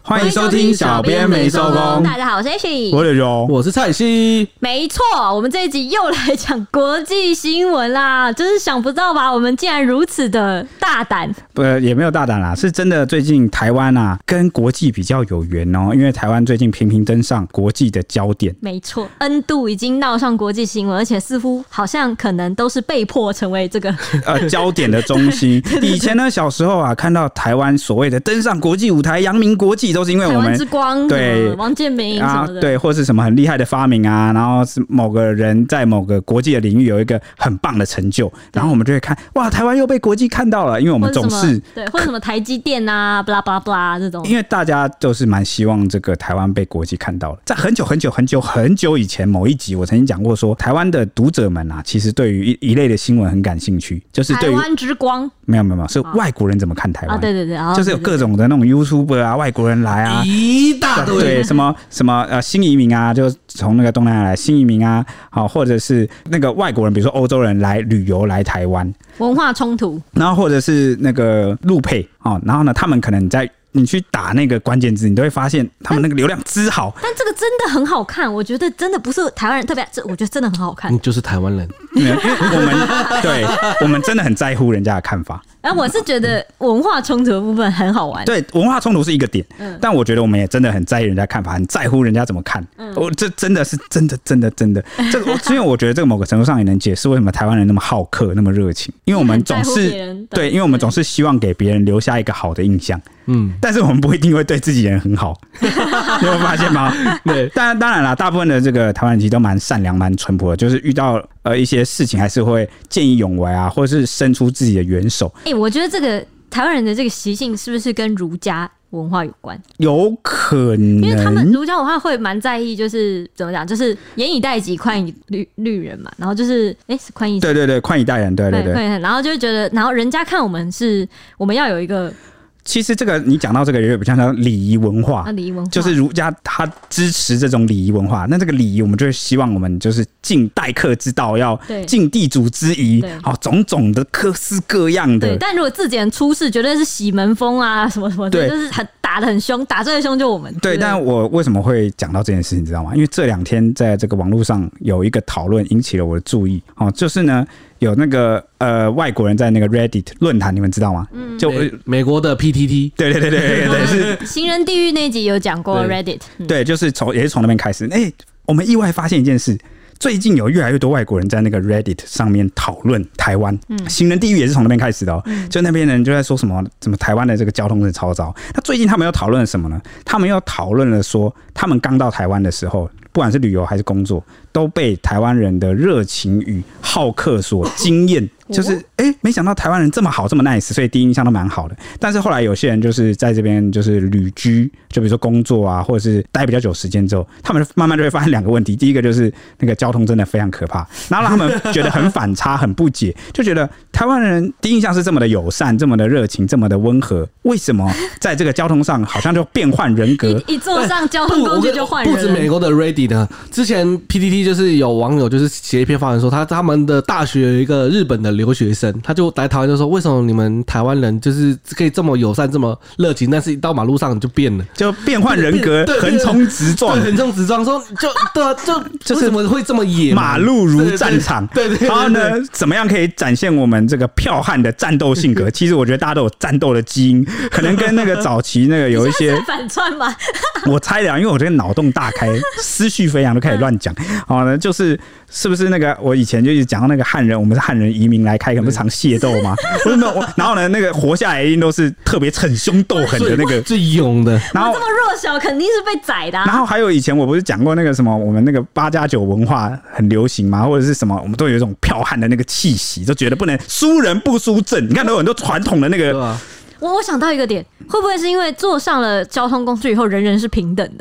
欢迎收听小编没收工。 大家好，我是 Ashley， 我是柔， 我是蔡西。 没错，我们这一集又来讲国际新闻啦，真是想不到吧？我们竟然如此的大胆。 也没有大胆啦，是真的。最近台湾啊，跟国际比较有缘哦，因为台湾最近频频登上国际的焦点。 没错 ，N 度已经闹上国际新闻，而且似乎好像可能都是被迫成为这个焦点的中心。以前呢，小时候啊，看到台湾所谓的登上国际舞台、扬名国际，都是因为我们台湾之光，对王建民什么的， 对，或是什么很厉害的发明啊，然后是某个人在某个国际的领域有一个很棒的成就，然后我们就会看，哇，台湾又被国际看到了，因为我们总是对，或者什么台积电啊，巴拉巴拉巴拉这种， 因为大家都是蛮希望这个台湾被国际看到了。在很久很久很久很久以前，某一集我曾经讲过说，台湾的读者们啊，其实对于一类的新闻很感兴趣，就是对于台湾之光， 没有，是外国人怎么看台湾啊？ 对， 就是有各种的那种 YouTuber 啊，外国人来啊， 一大堆， 对，什么新移民啊，就从那个东南亚来新移民啊，好，或者是那个外国人，比如说欧洲人来旅游来台湾， 文化冲突， 然后或者是那个陆配哦，然后呢，他们可能你去打那个关键字，你都会发现他们那个流量之好。 但这个真的很好看，我觉得真的不是台湾人特别，我觉得真的很好看。 你就是台湾人， 因为我们真的很在乎人家的看法。 然后我是觉得文化冲突的部分很好玩， 对，文化冲突是一个点，但我觉得我们也真的很在意人家看法，很在乎人家怎么看。这真的是真的。这个，因为我觉得这个某个程度上也能解释为什么台湾人那么好客、那么热情，因为我们总是对，因为我们总是希望给别人留下一个好的印象。但是我们不一定会对自己人很好，你有发现吗？对，当然啦，大部分的这个台湾人其实都蛮善良、蛮淳朴的，就是遇到一些事情还是会见义勇为啊，或者是伸出自己的援手。 我觉得这个台湾人的这个习性是不是跟儒家文化有关？ 有可能， 因为他们儒家文化会蛮在意，就是怎么讲，就是严以待己，宽以律人嘛。然后就是是宽以对，宽以待人，对。 然后就会觉得，然后人家看我们是我们要有一个。 其实这个你讲到这个有点像礼仪文化，就是儒家他支持这种礼仪文化。那这个礼仪，我们就会希望我们就是尽待客之道，要尽地主之谊，好，种种的各式各样的。 对，但如果自己人出事，绝对是洗门风啊，什么什么的，就是打得很凶，打最凶就我们。对， 但我为什么会讲到这件事，你知道吗？因为这2天在这个网络上有一个讨论引起了我的注意，就是呢。有那个外国人在那个 Reddit 论坛，你们知道吗？就美国的 PTT， 对，是行人地狱那集有讲过 Reddit， 对，就是也是从那边开始。我们意外发现一件事。最近有越来越多外国人在那个 Reddit 上面讨论台湾，行人地狱也是从那边开始的哦。就那边人就在说什么台湾的这个交通是超糟。那最近他们又讨论了什么呢？他们又讨论了说，他们刚到台湾的时候，不管是旅游还是工作，都被台湾人的热情与好客所惊艳。就是没想到台湾人这么好这么 nice， 所以第一印象都蛮好的。但是后来有些人就是在这边就是旅居，就比如说工作啊，或者是待比较久时间之后，他们慢慢就会发现2个问题。第一个就是那个交通真的非常可怕，然后让他们觉得很反差很不解，就觉得台湾人第一印象是这么的友善，这么的热情，这么的温和，为什么在这个交通上好像就变换人格？ 一坐上交通工具就换人。 不止美国的 Reddit 呢，之前 PTT 就是有网友就是写一篇发文说，他们的大学有一个日本的留学生，他就来台湾就说，为什么你们台湾人就是可以这么友善这么热情，但是一到马路上就变了， 就变换人格，横冲直撞， 说就为什么会这么野？ 马路如战场，对，然后呢，怎么样可以展现我们这个剽悍的战斗性格？其实我觉得大家都有战斗的基因，可能跟那个早期那个有一些反串吧。 我猜的，因为我觉得脑洞大开，思绪飞扬，都开始乱讲。好呢，就是是不是那个我以前就一直讲到那个汉人，我们是汉人移民来开，可能不是常械斗吗？然后呢，那个活下来一定都是特别逞凶斗狠的那个最勇的。 然后这么弱小，肯定是被宰的。 然后还有以前我不是讲过那个什么，我们那个8+9文化很流行嘛，或者是什么，我们都有一种剽悍的那个气息，就觉得不能输人不输阵。你看都有很多传统的那个。 我想到一个点，会不会是因为坐上了交通工具以后，人人是平等的？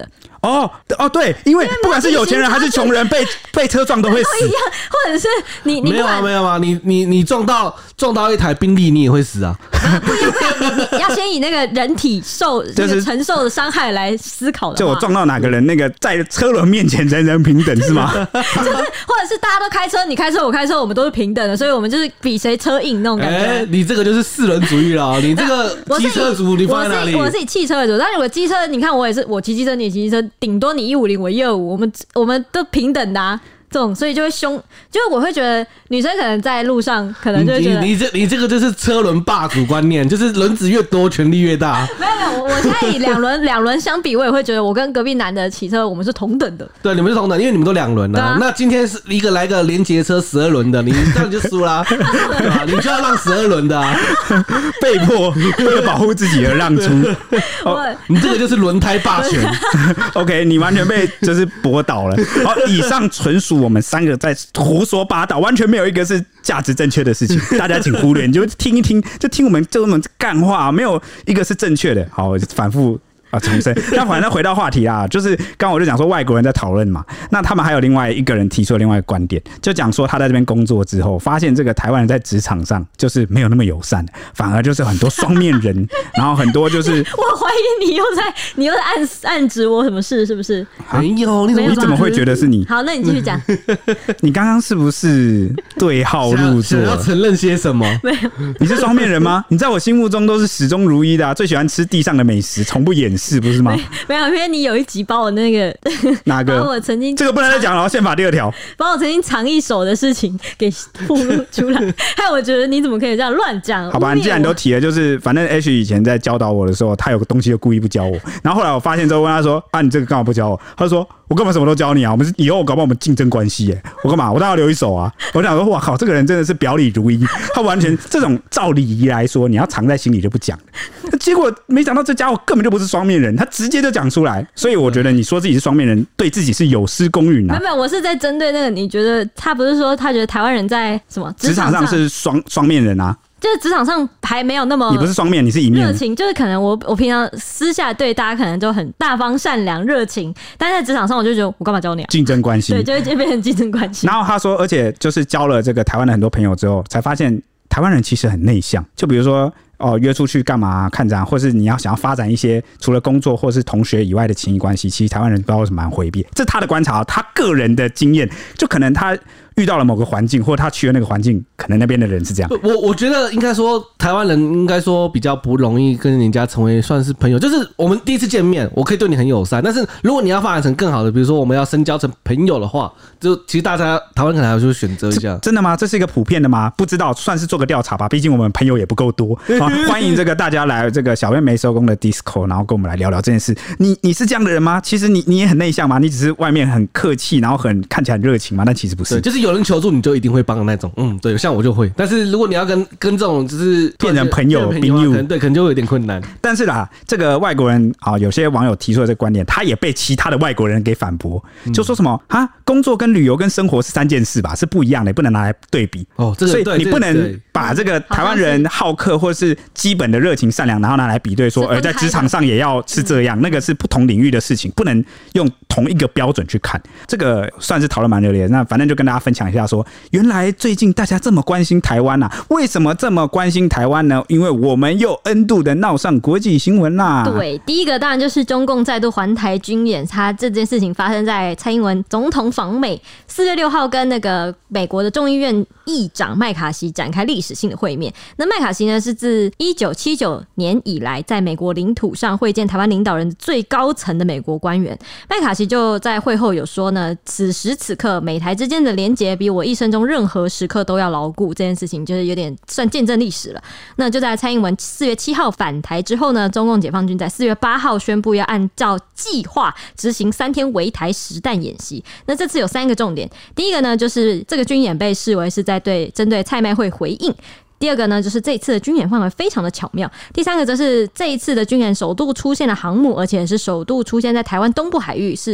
哦，对，因为不管是有钱人还是穷人，被车撞都会死。 一样，或者是你没有啊，没有啊，你撞到一台宾利，你也会死啊。 不一样，你要先以那个人体就是承受的伤害来思考的话。 就我撞到哪个人，那个在车轮面前人人平等是吗？ 就是或者是大家都开车，你开车我开车，我们都是平等的，所以我们就是比谁车硬那种感觉。 你这个就是四人主义了，你这个机车族你放在哪里？ 我是以汽车为主，但是我机车，你看我也是，我骑机车，你骑机车，顶多你150我125，我们都平等的啊。这种，所以就会就是我会觉得女生可能在路上可能就会觉得你这个就是车轮霸主观念，就是轮子越多权力越大。 没有，我现在以两轮相比，我也会觉得我跟隔壁男的骑车我们是同等的。 对，你们是同等，因为你们都2轮啊。那今天是一个来个连结车12轮的，你这样就输啦，对吧？你就要让12轮的啊， 被迫为了保护自己而让出。 你这个就是轮胎霸权。 OK， 你完全被就是驳倒了。好，以上纯属我们3个在胡说八道，完全没有一个是价值正确的事情，大家请忽略，你就听一听，就听我们干话，没有一个是正确的。好，反复重申。那反正回到话题啦，就是刚刚我就讲说外国人在讨论嘛，那他们还有另外一个人提出了另外一个观点，就讲说他在这边工作之后，发现这个台湾人在职场上就是没有那么友善，反而就是很多双面人，然后很多就是我怀疑你又在暗指我什么事，是不是？ 没有，你怎么会觉得是你？ 好，那你继续讲。 你刚刚是不是对号入座？ 要承认些什么？ 没有， 你是双面人吗？你在我心目中都是始终如一的最喜欢吃地上的美食，从不掩饰，不是吗？ 没有，因为你有一集把我那个哪个？ 把我曾经这个不能再讲了，宪法第2条， 把我曾经藏一手的事情给暴露出来，害我觉得你怎么可以这样乱讲？ 好吧，你既然都提了，就是反正 H 以前在教导我的时候，他有个东西就故意不教我，然后后来我发现之后问他说：“啊，你这个干嘛不教我？”他就说：“我干嘛什么都教你啊？我们以后搞不好我们竞争关系耶！我干嘛？我当然要留一手啊！”我想说，哇靠，这个人真的是表里如一，他完全这种照礼仪来说，你要藏在心里就不讲。结果没想到这家伙根本就不是双面人，他直接就讲出来。所以我觉得你说自己是双面人，对自己是有失公允啊。 没有，我是在针对那个，你觉得他不是说他觉得台湾人在什么职场上是双面人啊？ 就是职场上还没有那么， 你不是双面，你是一面热情，就是可能我平常私下对大家可能就很大方、善良、热情，但在职场上我就觉得我干嘛教你啊？ 竞争关系， 对，就会变成竞争关系。 然后他说，而且就是交了这个台湾的很多朋友之后，才发现台湾人其实很内向，就比如说。约出去干嘛看展，或是你想要发展一些除了工作或是同学以外的情谊关系，其实台湾人不知道为什么蛮回避。这是他的观察，他个人的经验，就可能他遇到了某个环境，或者他去了那个环境，可能那边的人是这样。 我觉得应该说台湾人应该说比较不容易跟人家成为算是朋友，就是我们第一次见面，我可以对你很友善，但是如果你要发展成更好的，比如说我们要深交成朋友的话，就其实大家台湾可能还是选择一下。 真的吗？这是一个普遍的吗？不知道，算是做个调查吧。毕竟我们朋友也不够多。欢迎这个大家来这个小编没收工的 Discord， 然后跟我们来聊聊这件事。你是这样的人吗？其实你也很内向吗？你只是外面很客气，然后看起来很热情吗？但其实不是。 对，就是有人求助你就一定会帮的那种。对，像我就会。但是如果你要跟这种就是变成朋友， 可能就会有点困难。 但是啦，这个外国人啊，有些网友提出的这个观点，他也被其他的外国人给反驳，就说什么工作跟旅游跟生活是3件事吧，是不一样的，不能拿来对比。所以你不能把这个台湾人好客或是基本的热情善良，然后拿来比对说，在职场上也要是这样，那个是不同领域的事情，不能用同一个标准去看。这个算是讨论蛮热烈的。那反正就跟大家分享一下说，原来最近大家这么关心台湾啊，为什么这么关心台湾呢？因为我们又 N 度的闹上国际新闻啦。 对，第一个当然就是中共再度环台军演，它这件事情发生在蔡英文总统访美4月6号跟那个美国的众议院议长麦卡锡展开历史性的会面。那麦卡锡呢是自1979年以来在美国领土上会见台湾领导人最高层的美国官员。麦卡锡就在会后有说呢，此时此刻美台之间的连结比我一生中任何时刻都要牢固，这件事情就是有点算见证历史了。那就在蔡英文4月7号返台之后呢，中共解放军在4月8号宣布要按照计划执行3天围台实弹演习。那这次有3个重点，第一个呢就是这个军演被视为是在针对蔡麦会回应。第二个呢，就是这一次的军演范围非常的巧妙。第三个则是这一次的军演首度出现了航母，而且是首度出现在台湾东部海域，是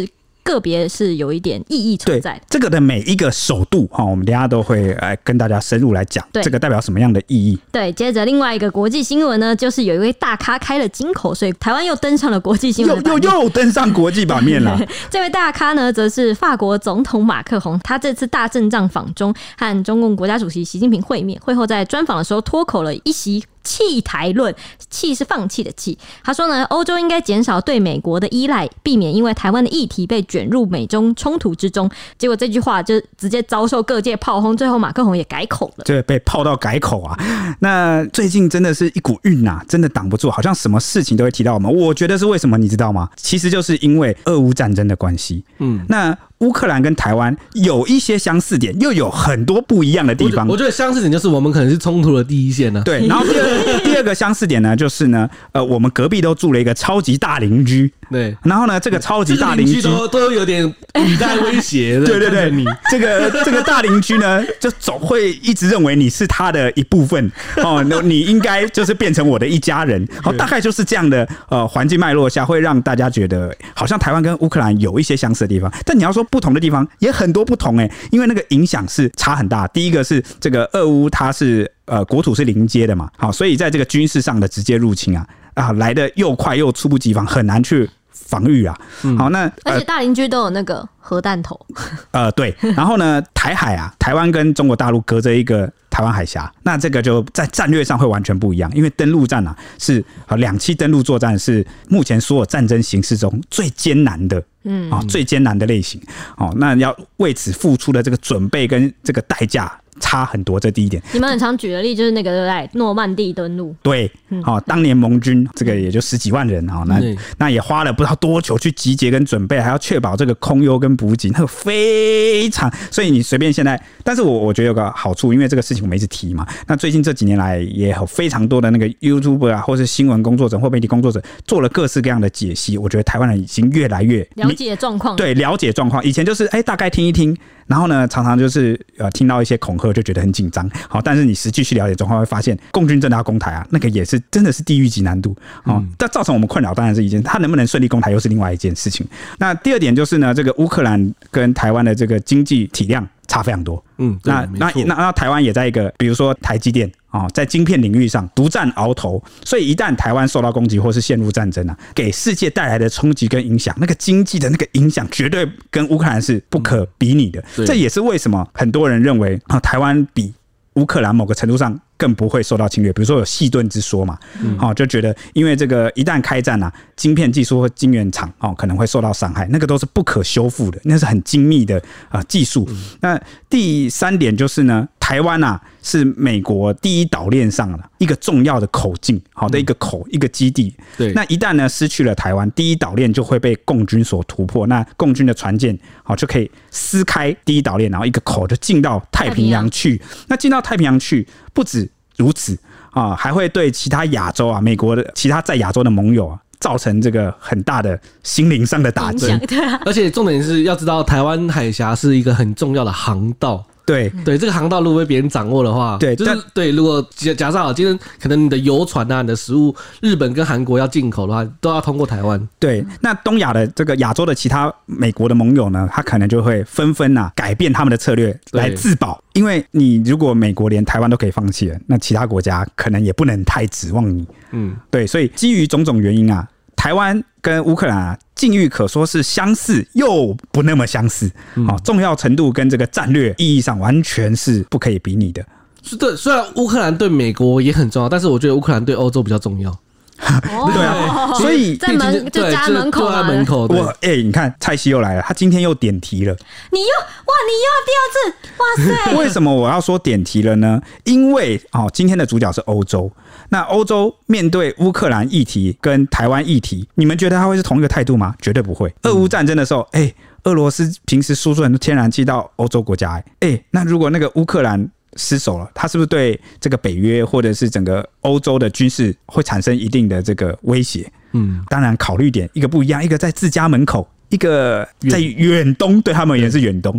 个别是有一点意义存在的。 这个的每一个首度我们等一下都会跟大家深入来讲，这个代表什么样的意义。 对，接着另外一个国际新闻呢，就是有一位大咖开了金口，所以台湾又登上了国际新闻的版面， 又登上国际版面了。 这位大咖呢，则是法国总统马克宏，他这次大阵仗访中，和中共国家主席习近平会面，会后在专访的时候脱口了一席弃台论，弃是放弃的弃。他说呢，欧洲应该减少对美国的依赖，避免因为台湾的议题被卷入美中冲突之中。结果这句话就直接遭受各界炮轰，最后马克宏也改口了， 对，被炮到改口啊。那最近真的是一股韵啊，真的挡不住，好像什么事情都会提到我们。我觉得是为什么，你知道吗？其实就是因为俄乌战争的关系。那乌克兰跟台湾有一些相似点，又有很多不一样的地方。 我觉得相似点就是我们可能是冲突的第一线呢。 对，然后第二个相似点呢，就是呢，我们隔壁都住了一个超级大邻居。 对， 然后呢，这个超级大邻居都有点语带威胁的。 对对对，你这个大邻居呢，就总会一直认为你是他的一部分你应该就是变成我的一家人。大概就是这样的环境脉络下，会让大家觉得好像台湾跟乌克兰有一些相似的地方，但你要说不同的地方也很多不同因为那个影响是差很大。第一个是这个俄乌它是国土是邻接的嘛，好，所以在这个军事上的直接入侵来的又快又猝不及防，很难去防御啊。好，那而且大邻居都有那个核弹头。 对，然后呢，台海台湾跟中国大陆隔着一个台湾海峡，那这个就在战略上会完全不一样，因为登陆战是两栖登陆作战是目前所有战争形式中最艰难的。最艰难的类型。那要为此付出的这个准备跟这个代价差很多，这第一点。 你们很常举的例就是那个对不对？诺曼底登陆。 对，当年盟军这个也就10几万人，那也花了不知道多久去集结跟准备，还要确保这个空优跟补给，那个非常，所以你随便现在，但是我觉得有个好处，因为这个事情我们一直提嘛，那最近这几年来也有非常多的那个 YouTuber 或是新闻工作者或媒体工作者做了各式各样的解析，我觉得台湾人已经越来越了解状况。 对，了解状况。以前就是大概听一听，然后呢常常就是听到一些恐吓就觉得很紧张。好，但是你实际去了解状况会发现，共军真的要攻台那个也是真的是地狱级难度。但造成我们困扰当然是一件，他能不能顺利攻台又是另外一件事情。那第二点就是呢，这个乌克兰跟台湾的这个经济体量差非常多。那台湾也在一个比如说台积电在晶片领域上独占鳌头，所以一旦台湾受到攻击或是陷入战争给世界带来的冲击跟影响，那个经济的那个影响绝对跟乌克兰是不可比拟的。这也是为什么很多人认为台湾比乌克兰某个程度上更不会受到侵略，比如说有细盾之说嘛，就觉得因为这个一旦开战晶片技术或晶圆厂可能会受到伤害，那个都是不可修复的，那是很精密的技术。那第三点就是呢，台湾是美国第一岛链上一个重要的口径，好的一个口一个基地。对，那一旦呢失去了台湾，第一岛链就会被共军所突破，那共军的船舰就可以撕开第一岛链，然后一个口就进到太平洋去。那进到太平洋去，不止如此还会对其他亚洲美国的其他在亚洲的盟友造成这个很大的心灵上的打击。 而且重点是要知道，台湾海峡是一个很重要的航道。对，这个航道如果被别人掌握的话，对，就是对。如果假设今天可能你的油船你的食物，日本跟韩国要进口的话，都要通过台湾。对， 那东亚的这个亚洲的其他美国的盟友呢，他可能就会纷纷改变他们的策略来自保，因为你如果美国连台湾都可以放弃了，那其他国家可能也不能太指望你。对，所以基于种种原因台湾跟乌克兰境遇可说是相似又不那么相似，重要程度跟这个战略意义上完全是不可以比拟的。 对，虽然乌克兰对美国也很重要，但是我觉得乌克兰对欧洲比较重要。 对所以在就家门口嘛， 你看蔡西又来了，他今天又点题了。 你又要第二次，哇塞！ 为什么我要说点题了呢？因为今天的主角是欧洲。那欧洲面对乌克兰议题跟台湾议题，你们觉得他会是同一个态度吗？绝对不会。俄乌战争的时候，俄罗斯平时输出很多天然气到欧洲国家，那如果那个乌克兰失守了，他是不是对这个北约或者是整个欧洲的军事会产生一定的这个威胁？当然考虑点一个不一样，一个在自家门口，一个在远东，对他们而言是远东。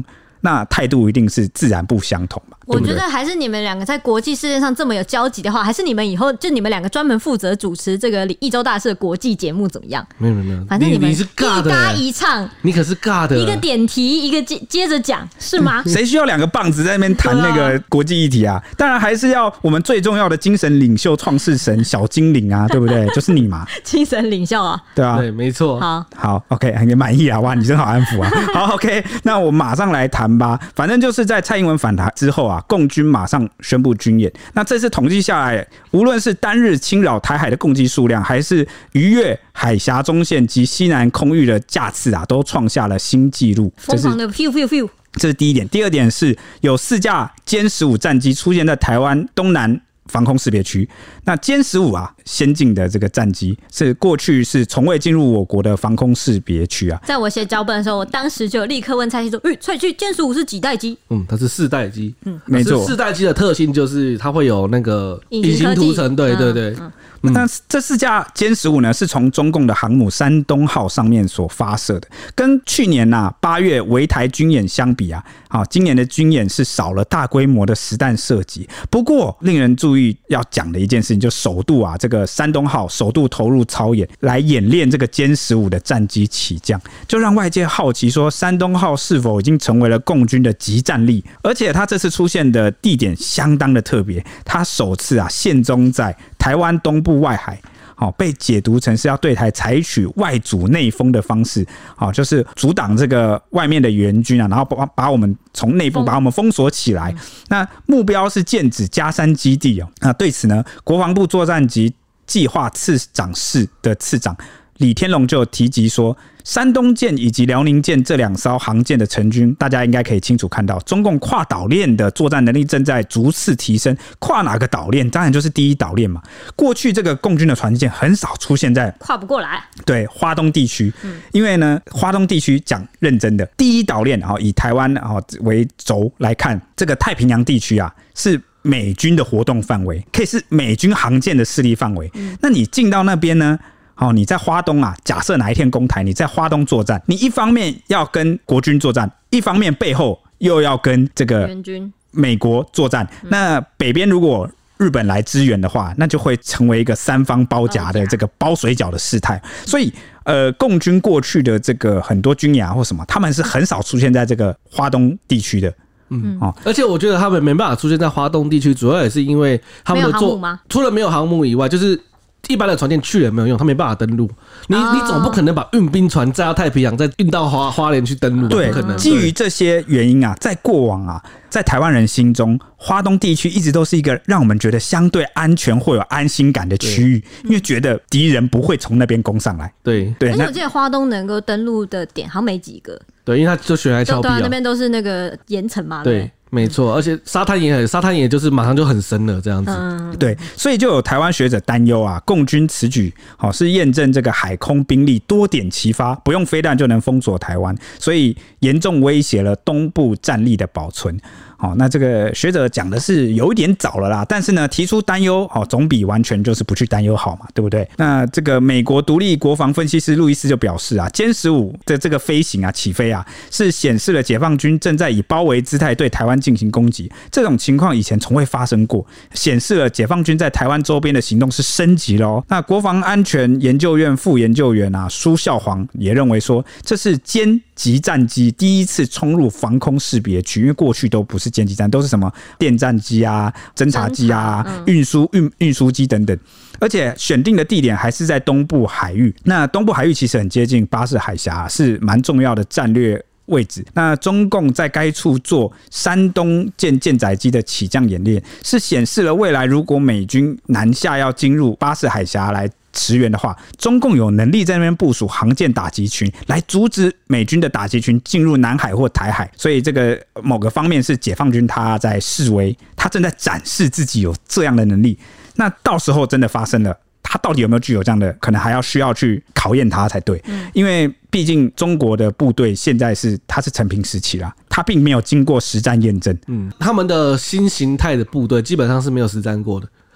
那态度一定是自然不相同嘛。 我觉得还是你们两个在国际事件上这么有交集的话，还是你们以后就你们两个专门负责主持这个益州大事的国际节目怎么样？ 没有， 反正们你是尬的， 一搭一唱， 你可是尬的， 一个点题，一个接着讲，是吗？ 谁需要2个棒子在那边谈那个国际议题啊？当然还是要我们最重要的精神领袖、创世神小精灵啊，对不对？就是你嘛， 精神领袖啊， 对啊， 对，没错。 好 ，OK， 很满意啊，哇，你真好安抚啊。好 ，OK， 那我马上来谈吧。反正就是在蔡英文返台之后啊，共军马上宣布军演。那这次统计下来，无论是单日侵扰台海的共机数量，还是逾越海峡中线及西南空域的架次啊，都创下了新纪录。 疯狂的 fiu。 这是第一点。第二点是有4架歼15战机出现在台湾东南防空识别区。那歼15啊，先进的这个战机是过去是从未进入我国的防空识别区啊。 在我写脚本的时候，我当时就立刻问蔡西说：“蔡西，歼15是几代机？” 它是4代机。 没错 ，4代机的特性就是它会有那个隐形涂层。对。 那这4架歼15呢，是从中共的航母山东号上面所发射的。跟去年8月围台军演相比啊，今年的军演是少了大规模的实弹射击。不过令人注意要讲的一件事情，就首度这个山东号首度投入操演，来演练这个歼15的战机起降，就让外界好奇说，山东号是否已经成为了共军的集战力？而且它这次出现的地点相当的特别，它首次现踪在台湾东部外海，被解读成是要对台采取外阻内封的方式，就是阻挡这个外面的援军然后把我们从内部把我们封锁起来。那目标是剑指嘉山基地那对此呢，国防部作战及计划次长室的次长李天龙就有提及说，山东舰以及辽宁舰这2艘航舰的成军，大家应该可以清楚看到，中共跨岛链的作战能力正在逐次提升。跨哪个岛链？当然就是第一岛链嘛。过去这个共军的船舰很少出现在跨不过来， 对花东地区，因为呢，花东地区讲认真的，第一岛链以台湾为轴来看，这个太平洋地区是美军的活动范围，可以是美军航舰的势力范围。那你进到那边呢？你在花东假设哪一天攻台，你在花东作战，你一方面要跟国军作战，一方面背后又要跟这个美国作战。那北边如果日本来支援的话，那就会成为一个3方包夹的这个包水饺的事态。所以共军过去的这个很多军演或什么，他们是很少出现在这个花东地区的。 而且我觉得他们没办法出现在花东地区，主要也是因为他们的除了没有航母以外，就是一般的船舰去了也没有用，他没办法登陆。你总不可能把运兵船载到太平洋，再运到花莲去登陆， 对， 不可能。 基于这些原因在过往在台湾人心中，花东地区一直都是一个让我们觉得相对安全或有安心感的区域，因为觉得敌人不会从那边攻上来。 对， 而且我记得花东能够登陆的点好像没几个。 对，因为他就悬崖峭壁那边都是那个岩层嘛。 对。没错，而且沙滩也就是马上就很深了，这样子。 对，所以就有台湾学者担忧共军此举是验证这个海空兵力多点齐发，不用飞弹就能封锁台湾，所以严重威胁了东部战力的保存。那这个学者讲的是有一点早了啦，但是呢，提出担忧总比完全就是不去担忧好嘛，对不对？那这个美国独立国防分析师路易斯就表示歼15的这个飞行起飞是显示了解放军正在以包围姿态对台湾进行攻击，这种情况以前从未发生过，显示了解放军在台湾周边的行动是升级了那国防安全研究院副研究员苏孝煌也认为说，这是歼击战机第一次冲入防空识别区，因为过去都不是歼击战，都是什么电战机侦察机运输机等等，而且选定的地点还是在东部海域。那东部海域其实很接近巴士海峡，是蛮重要的战略位置。那中共在该处做山东舰载机的起降演练，是显示了未来如果美军南下要进入巴士海峡来驰援的话，中共有能力在那边部署航舰打击群，来阻止美军的打击群进入南海或台海。所以这个某个方面是解放军他在示威，他正在展示自己有这样的能力。那到时候真的发生了，他到底有没有具有这样的，可能还要需要去考验他才对。因为毕竟中国的部队现在它是成平时期啦，他并没有经过实战验证。 他们的新形态的部队基本上是没有实战过的。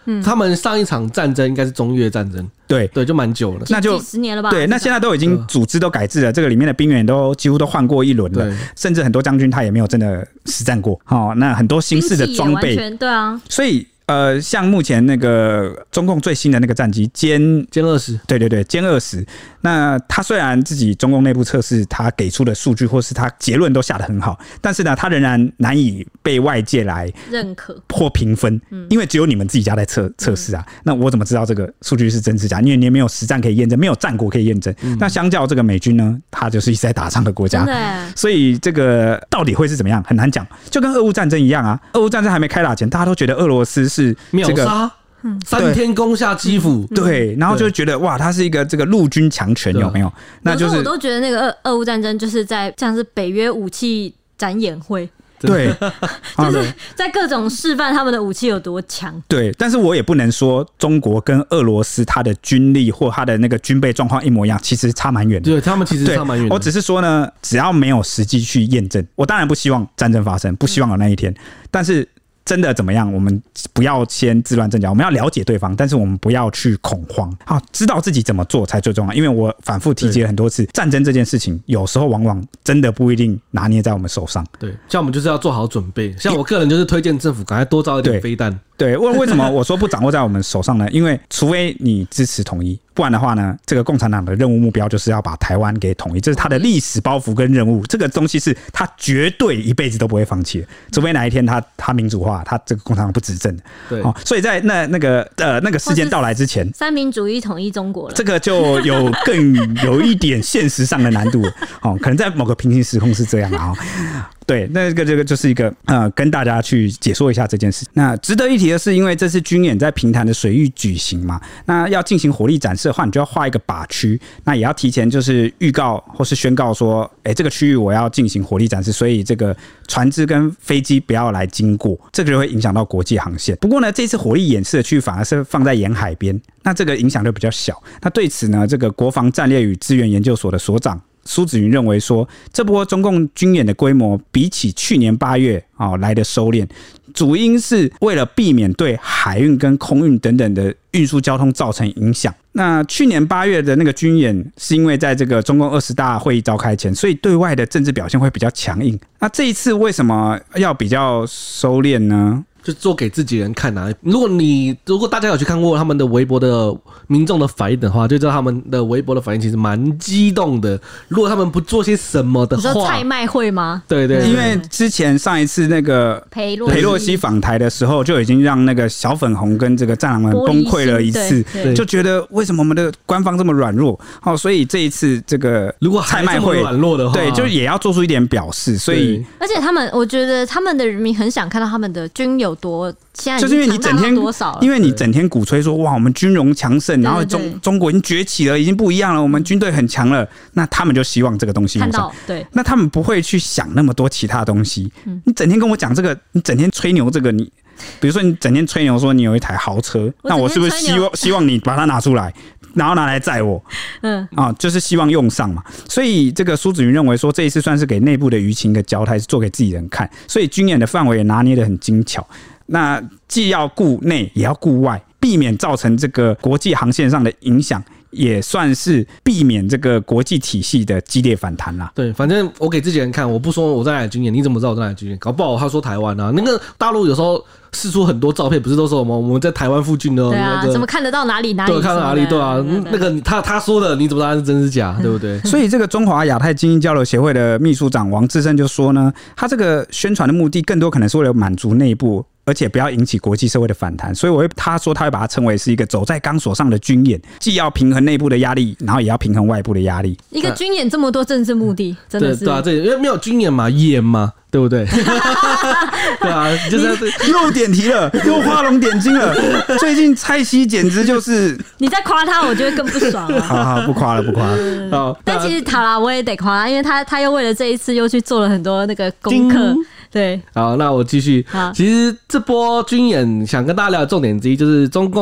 他们上一场战争应该是中越战争， 对， 就蛮久了， 那就几十年了吧？ 对，那现在都已经组织都改制了，这个里面的兵员都几乎都换过一轮了，甚至很多将军他也没有真的实战过。那很多新式的装备， 对啊， 所以。像目前那个中共最新的那个战机歼 20， 对对对，歼20，那它虽然自己中共内部测试，它给出的数据或是它结论都下得很好，但是呢，它仍然难以被外界来认可或评分，因为只有你们自己家在测试啊。那我怎么知道这个数据是真是假？因为你也没有实战可以验证，没有战果可以验证。那相较这个美军呢，它就是一直在打仗的国家，所以这个到底会是怎么样，很难讲。就跟俄乌战争一样啊，俄乌战争还没开打前，大家都觉得俄罗斯是秒杀。3天攻下基辅， 对，然后就觉得哇，它是一个这个陆军强权，有没有？那就是我都觉得那个俄乌战争就是在像是北约武器展演会。 对， 就是在各种示范他们的武器有多强。 对，但是我也不能说中国跟俄罗斯它的军力或它的那个军备状况一模一样，其实差蛮远的。 对，他们其实差蛮远的。 我只是说呢，只要没有实际去验证，我当然不希望战争发生，不希望有那一天，但是。真的怎么样？我们不要先自乱阵脚，我们要了解对方，但是我们不要去恐慌。好，知道自己怎么做才最重要。因为我反复提及了很多次，战争这件事情有时候往往真的不一定拿捏在我们手上。 对，像我们就是要做好准备。像我个人就是推荐政府赶快多造一点飞弹。 对，为什么我说不掌握在我们手上呢？因为除非你支持统一，不然的话呢，这个共产党的任务目标就是要把台湾给统一，这是他的历史包袱跟任务。这个东西是他绝对一辈子都不会放弃的，除非哪一天他民主化，他这个共产党不执政的。 对， 所以在那个事件到来之前， 三民主义统一中国了， 这个就有一点现实上的难度。可能在某个平行时空是这样啊。对，那这个就是一个跟大家去解说一下这件事。那值得一提的是，因为这次军演在平潭的水域举行嘛，那要进行火力展示的话，你就要画一个靶区，那也要提前就是预告或是宣告说，这个区域我要进行火力展示，所以这个船只跟飞机不要来经过，这个就会影响到国际航线。不过呢，这次火力演示的区域反而是放在沿海边，那这个影响就比较小。那对此呢，这个国防战略与资源研究所的所长苏子云认为说，这波中共军演的规模比起去年8月来的收敛，主因是为了避免对海运跟空运等等的运输交通造成影响。那去年8月的那个军演是因为在这个中共20大会议召开前，所以对外的政治表现会比较强硬。那这一次为什么要比较收敛呢？ 就做给自己人看啊！如果大家有去看过他们的微博的民众的反应的话，就知道他们的微博的反应其实蛮激动的。如果他们不做些什么的话， 你说蔡麦会吗？ 对， 因为之前上一次那个裴洛西访台的时候，就已经让那个小粉红跟这个战狼们崩溃了一次，就觉得为什么我们的官方这么软弱？所以这一次这个如果蔡麦会软弱的话， 对，就也要做出一点表示。所以， 而且我觉得他们的人民很想看到他们的军有多。现在就是因为你整天多少？ 因为你整天鼓吹说哇，我们军容强盛，然后中国已经崛起了，已经不一样了，我们军队很强了，那他们就希望这个东西看到，对， 那他们不会去想那么多其他东西。你整天跟我讲这个，你整天吹牛这个，你比如说你整天吹牛说你有一台豪车，那我是不是希望你把它拿出来？然后拿来载我，就是希望用上嘛。所以这个苏子云认为说，这一次算是给内部的舆情的交代，是做给自己人看。所以军演的范围也拿捏得很精巧。那既要顾内，也要顾外，避免造成这个国际航线上的影响。也算是避免这个国际体系的激烈反弹啦。 对，反正我给自己人看，我不说我在哪里军演，你怎么知道我在哪里军演？搞不好他说台湾啊，那个大陆有时候释出很多照片，不是都说我们在台湾附近的， 对啊，怎么看得到哪里？对， 看到哪里？对啊，那个他说的，你怎么知道是真是假？对不对？ 所以这个中华亚太经济交流协会的秘书长王志胜就说呢，他这个宣传的目的更多可能是为了满足内部。而且不要引起国际社会的反弹，所以他说他会把它称为是一个走在钢索上的军演，既要平衡内部的压力，然后也要平衡外部的压力。 一个军演这么多政治目的，真的是对啊，这因为没有军演嘛，演嘛，对不对？对啊，就是又点题了，又画龙点睛了。最近蔡西简直就是你在夸他，我就会更不爽了。 好，不夸了，不夸了。 好， 但其实好啦，我也得夸他，因为他又为了这一次又去做了很多那个功课。对， 好，那我继续。其实这波军演想跟大家聊的重点之一，就是中共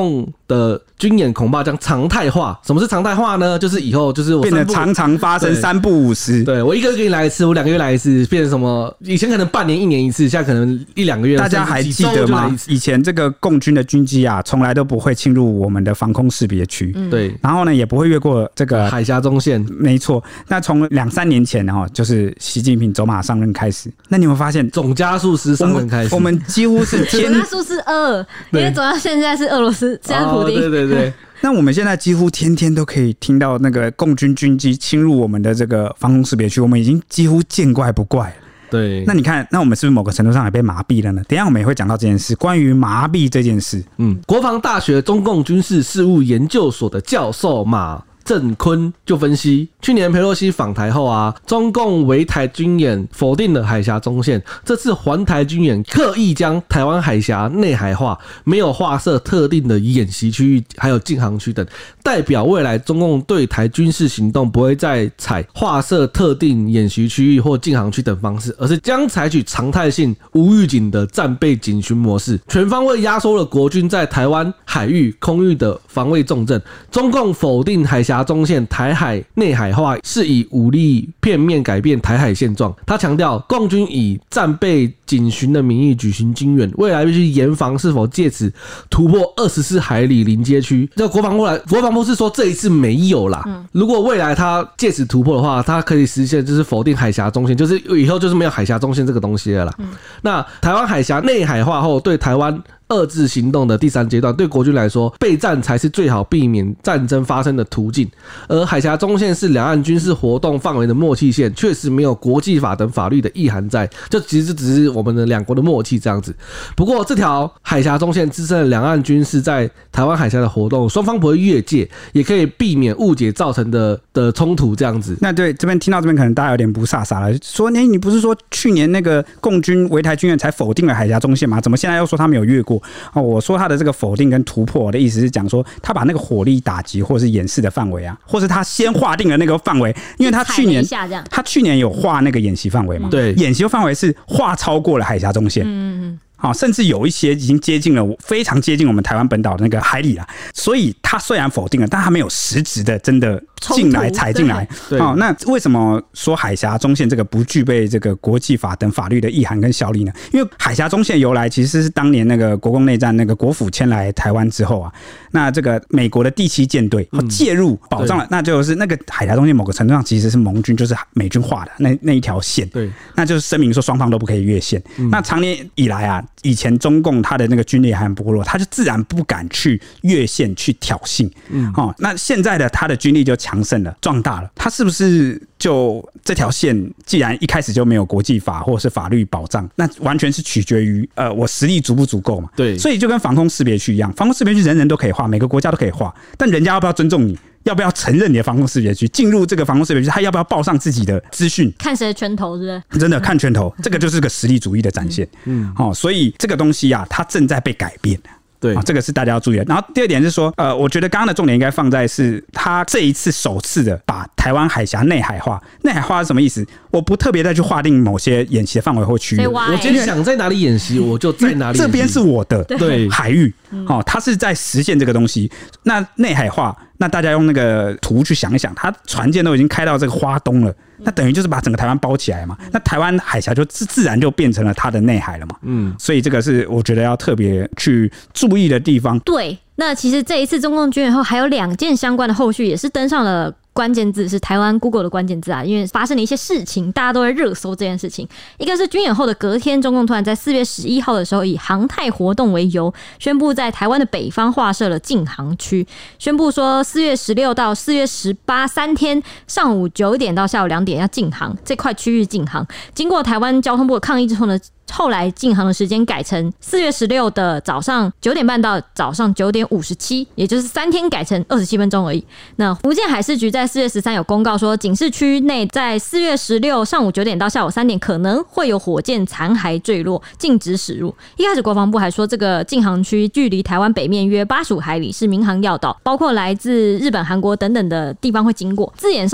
的军演恐怕将常态化。什么是常态化呢？就是以后就是我变得常常发生，3不5时。 对，我1个月给你来一次，我2个月来一次，变成什么？以前可能半年、1年一次，现在可能1-2个月。 大家还记得吗？以前这个共军的军机啊，从来都不会侵入我们的防空识别区， 对， 然后呢，也不会越过这个海峡中线。 没错。那从2-3年前就是习近平走马上任开始，那你有没有发现总加速师上任开始， 我们几乎是总加速是2，因为总到现在是俄罗斯，现在普丁。 对对对。 那我们现在几乎天天都可以听到那个共军军机侵入我们的这个防空识别区，我们已经几乎见怪不怪了。 对， 那你看，那我们是不是某个程度上也被麻痹了呢？等一下我们也会讲到这件事，关于麻痹这件事。 国防大学中共军事事务研究所的教授马郑坤就分析，去年裴洛西访台后啊，中共围台军演否定了海峡中线，这次环台军演刻意将台湾海峡内海化，没有划设特定的演习区域，还有禁航区等，代表未来中共对台军事行动不会再采划设特定演习区域或禁航区等方式，而是将采取常态性无预警的战备警巡模式，全方位压缩了国军在台湾海域、空域的防卫重镇。中共否定海峡中线台海内海化是以武力片面改变台海现状。他强调，共军以战备警巡的名义举行军演，未来必须严防是否借此突破24海里临街区。这国防部是说这一次没有啦，如果未来他借此突破的话，他可以实现就是否定海峡中线，就是以后就是没有海峡中线这个东西了啦。那台湾海峡内海化后，对台湾遏制行动的第3阶段，对国军来说，备战才是最好避免战争发生的途径。而海峡中线是两岸军事活动范围的默契线，确实没有国际法等法律的意涵在，就其实只是我们的两国的默契这样子。不过这条海峡中线支撑了两岸军事在台湾海峡的活动，双方不会越界，也可以避免误解造成的冲突这样子。 那对这边听到这边，可能大家有点不飒飒了，说你不是说去年那个共军围台军演才否定了海峡中线吗？怎么现在又说他没有越过？我说他的这个否定跟突破的意思是讲说，他把那个火力打击或是演示的范围啊，或是他先划定了那个范围，因为他去年有划那个演习范围嘛， 对， 演习范围是划超过了海峡中线，好，甚至有一些已经非常接近我们台湾本岛的那个海里了，所以他虽然否定了，但他没有实质的真的进来踩进来。好，那为什么说海峡中线这个不具备这个国际法等法律的意涵跟效力呢？因为海峡中线由来其实是当年那个国共内战那个国府迁来台湾之后啊，那这个美国的第7舰队介入保障了，那就是那个海峡中线某个程度上其实是盟军就是美军画的那一条线，对，那就是声明说双方都不可以越线。那长年以来啊，以前中共他的那个军力还很薄弱，他就自然不敢去越线去挑衅。那现在的他的军力就强盛了，壮大了，他是不是就这条线既然一开始就没有国际法或是法律保障，那完全是取决于我实力足不足够嘛？对，所以就跟防空识别区一样，防空识别区人人都可以画，每个国家都可以画，但人家要不要尊重你？要不要承认你的防空识别区？进入这个防空识别区，他要不要报上自己的资讯？ 看谁的拳头，是不是？ 真的看拳头，这个就是个实力主义的展现。所以这个东西啊，它正在被改变。对，这个是大家要注意的。然后第二点是说，我觉得刚刚的重点应该放在是他这一次首次的把台湾海峡内海化。内海化是什么意思？我不特别再去划定某些演习的范围或区域， 我今天想在哪里演习，我就在哪里演习。 这边是我的对海域，它是在实现这个东西。那内海化，那大家用那个图去想一想，它船舰都已经开到这个花东了，那等于就是把整个台湾包起来嘛。那台湾海峡就自然就变成了它的内海了嘛。所以这个是我觉得要特别去注意的地方。 对，那其实这一次中共军演后，还有2件相关的后续也是登上了关键字，是台湾 Google 的关键字啊，因为发生了一些事情，大家都在热搜这件事情。一个是军演后的隔天，中共突然在4月11号的时候，以航太活动为由，宣布在台湾的北方划设了禁航区，宣布说4月16到4月18 3天上午9点到下午2点要禁航，这块区域禁航。经过台湾交通部的抗议之后呢，后来禁航的时间改成4月16的早上9点半到早上9点57，也就是3天改成27分钟而已。那福建海事局在4月13有公告说，警示区内在4月16上午9点到下午3点可能会有火箭残骸坠落，禁止驶入。一开始国防部还说，这个禁航区距离台湾北面约85海里，是民航要道，包括来自日本、韩国等等的地方会经过。字眼上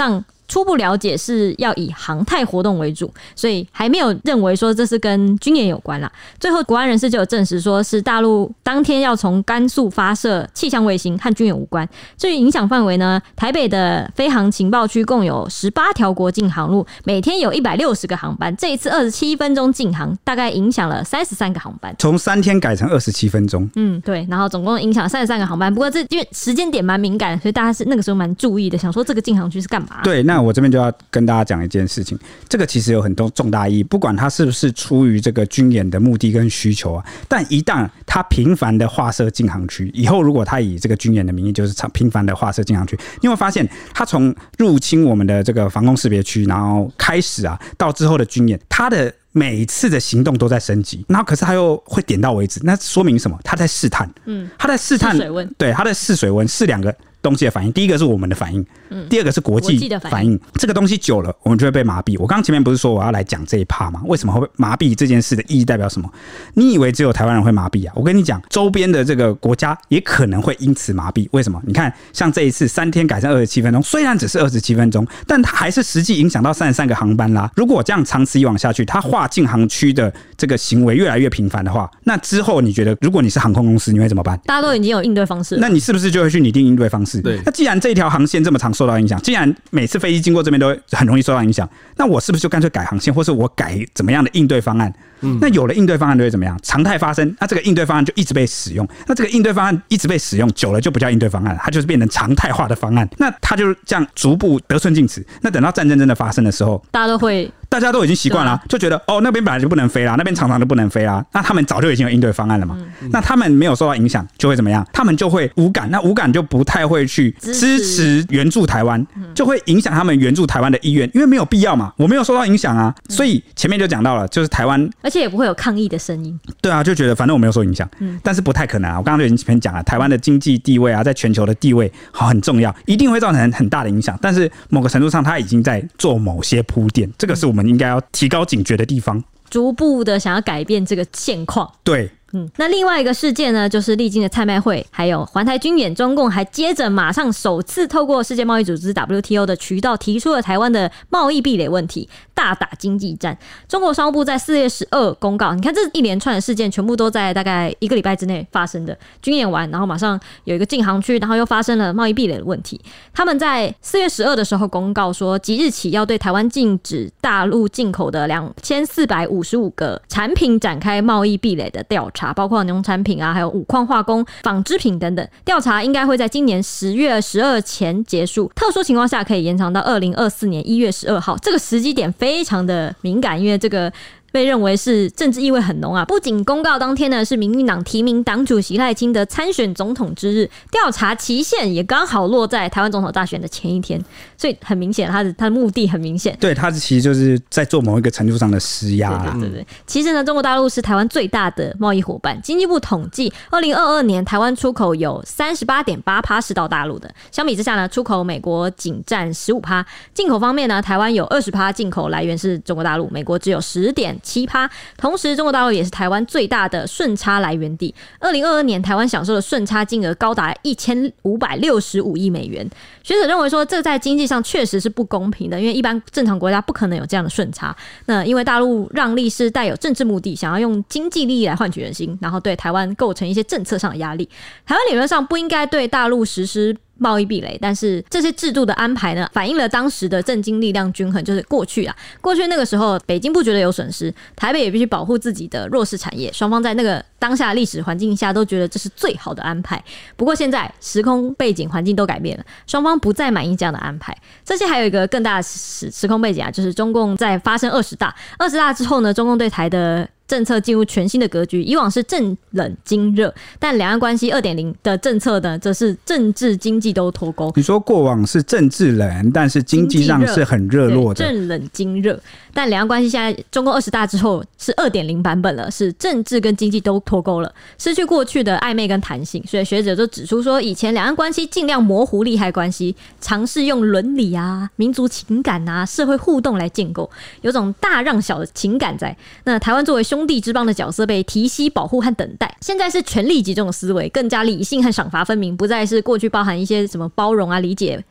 初步了解是要以航太活动为主，所以还没有认为说这是跟军演有关啦。最后国安人士就有证实说是大陆当天要从甘肃发射气象卫星，和军演无关。至于影响范围呢，台北的飞航情报区共有18条国境航路，每天有160个航班，这一次27分钟进航，大概影响了33个航班， 从3天改成27分钟。 对，然后总共影响33个航班。不过这因为时间点蛮敏感，所以大家是那个时候蛮注意的，想说这个禁航区是干嘛？ 对，那我这边就要跟大家讲一件事情，这个其实有很多重大意义，不管它是不是出于这个军演的目的跟需求啊，但一旦它频繁的划设禁航区，以后如果它以这个军演的名义就是频繁的划设禁航区，你会发现它从入侵我们的这个防空识别区，然后开始啊，到之后的军演，它的每一次的行动都在升级，然后可是他又会点到为止，那说明什么？他在试探，他在试探试水温， 对，他在试水温，试2个东西的反应，第一个是我们的反应，第二个是国际反应。这个东西久了，我们就会被麻痹。我刚刚前面不是说我要来讲这一趴吗？为什么会麻痹这件事的意义代表什么？你以为只有台湾人会麻痹啊？我跟你讲，周边的这个国家也可能会因此麻痹。为什么？你看，像这一次3天改成27分钟，虽然只是27分钟，但它还是实际影响到33个航班啦。如果这样长此以往下去，它划禁航区的这个行为越来越频繁的话，那之后你觉得，如果你是航空公司，你会怎么办？ 大家都已经有应对方式了， 那你是不是就会去拟定应对方式？ 对， 那既然这一条航线这么常受到影响，既然每次飞机经过这边都很容易受到影响，那我是不是就干脆改航线，或是我改怎么样的应对方案？那有了应对方案就会怎么样？常态发生，那这个应对方案就一直被使用。那这个应对方案一直被使用，久了就不叫应对方案，它就是变成常态化的方案。那它就这样逐步得寸进尺。那等到战争真的发生的时候，大家都已经习惯了，就觉得那边本来就不能飞啦，那边常常就不能飞啦。那他们早就已经有应对方案了嘛。那他们没有受到影响，就会怎么样？他们就会无感。那无感就不太会去支持援助台湾，就会影响他们援助台湾的意愿，因为没有必要嘛，我没有受到影响啊。所以前面就讲到了，就是台湾， 而且也不会有抗议的声音。 对啊，就觉得反正我没有受影响，但是不太可能啊。我刚刚就已经前面讲了，台湾的经济地位啊，在全球的地位很重要，一定会造成很大的影响。但是某个程度上，它已经在做某些铺垫，这个是我们应该要提高警觉的地方， 逐步的想要改变这个现况。 对。 那另外一个事件呢，就是历经的蔡麦会还有环台军演，中共还接着马上首次透过世界贸易组织 WTO 的渠道提出了台湾的贸易壁垒问题，大打经济战。中国商务部在4月12公告，你看这一连串的事件全部都在大概1个礼拜之内发生的，军演完然后马上有一个禁航区，然后又发生了贸易壁垒的问题。他们在4月12的时候公告说，即日起要对台湾禁止大陆进口的2455个产品展开贸易壁垒的调查，包括农产品啊，还有五矿化工、纺织品等等。调查应该会在今年10月12前结束，特殊情况下可以延长到2024年1月12号。这个时机点非常的敏感，因为这个被认为是政治意味很浓啊！不仅公告当天呢是民进党提名党主席赖清德参选总统之日，调查期限也刚好落在台湾总统大选的前一天，所以很明显，他的目的很明显。 对，他其实就是在做某一个程度上的施压啦。 对。其实呢，中国大陆是台湾最大的贸易伙伴。经济部统计，2022年台湾出口有 38.8% 是到大陆的，相比之下呢，出口美国仅占 15%。进口方面呢，台湾有 20% 进口来源是中国大陆，美国只有10.7%。同时，中国大陆也是台湾最大的顺差来源地。2022年，台湾享受的顺差金额高达1565亿美元。学者认为说，这在经济上确实是不公平的，因为一般正常国家不可能有这样的顺差。那因为大陆让利是带有政治目的，想要用经济利益来换取人心，然后对台湾构成一些政策上的压力。台湾理论上不应该对大陆实施贸易壁垒，但是这些制度的安排呢，反映了当时的政经力量均衡。就是过去那个时候，北京不觉得有损失，台北也必须保护自己的弱势产业，双方在那个当下的历史环境下都觉得这是最好的安排。不过现在时空背景环境都改变了，双方不再满意这样的安排。这些还有一个更大的时空背景啊，就是中共在发生20大之后呢，中共对台的政策进入全新的格局，以往是政冷经热，但两岸关系 2.0 的政策呢，则是政治经济都脱钩。 你说过往是政治冷，但是经济上是很热络的， 政冷经热。但两岸关系现在中共20大之后是 2.0 版本了，是政治跟经济都脱钩了，失去过去的暧昧跟弹性。所以学者就指出说，以前两岸关系尽量模糊利害关系，尝试用伦理啊、民族情感啊、社会互动来建构，有种大让小的情感在。那台湾作为兄弟之邦的角色被提携、保护和等待，现在是权力集中的思维，更加理性和赏罚分明，不再是过去包含一些什么包容啊、理解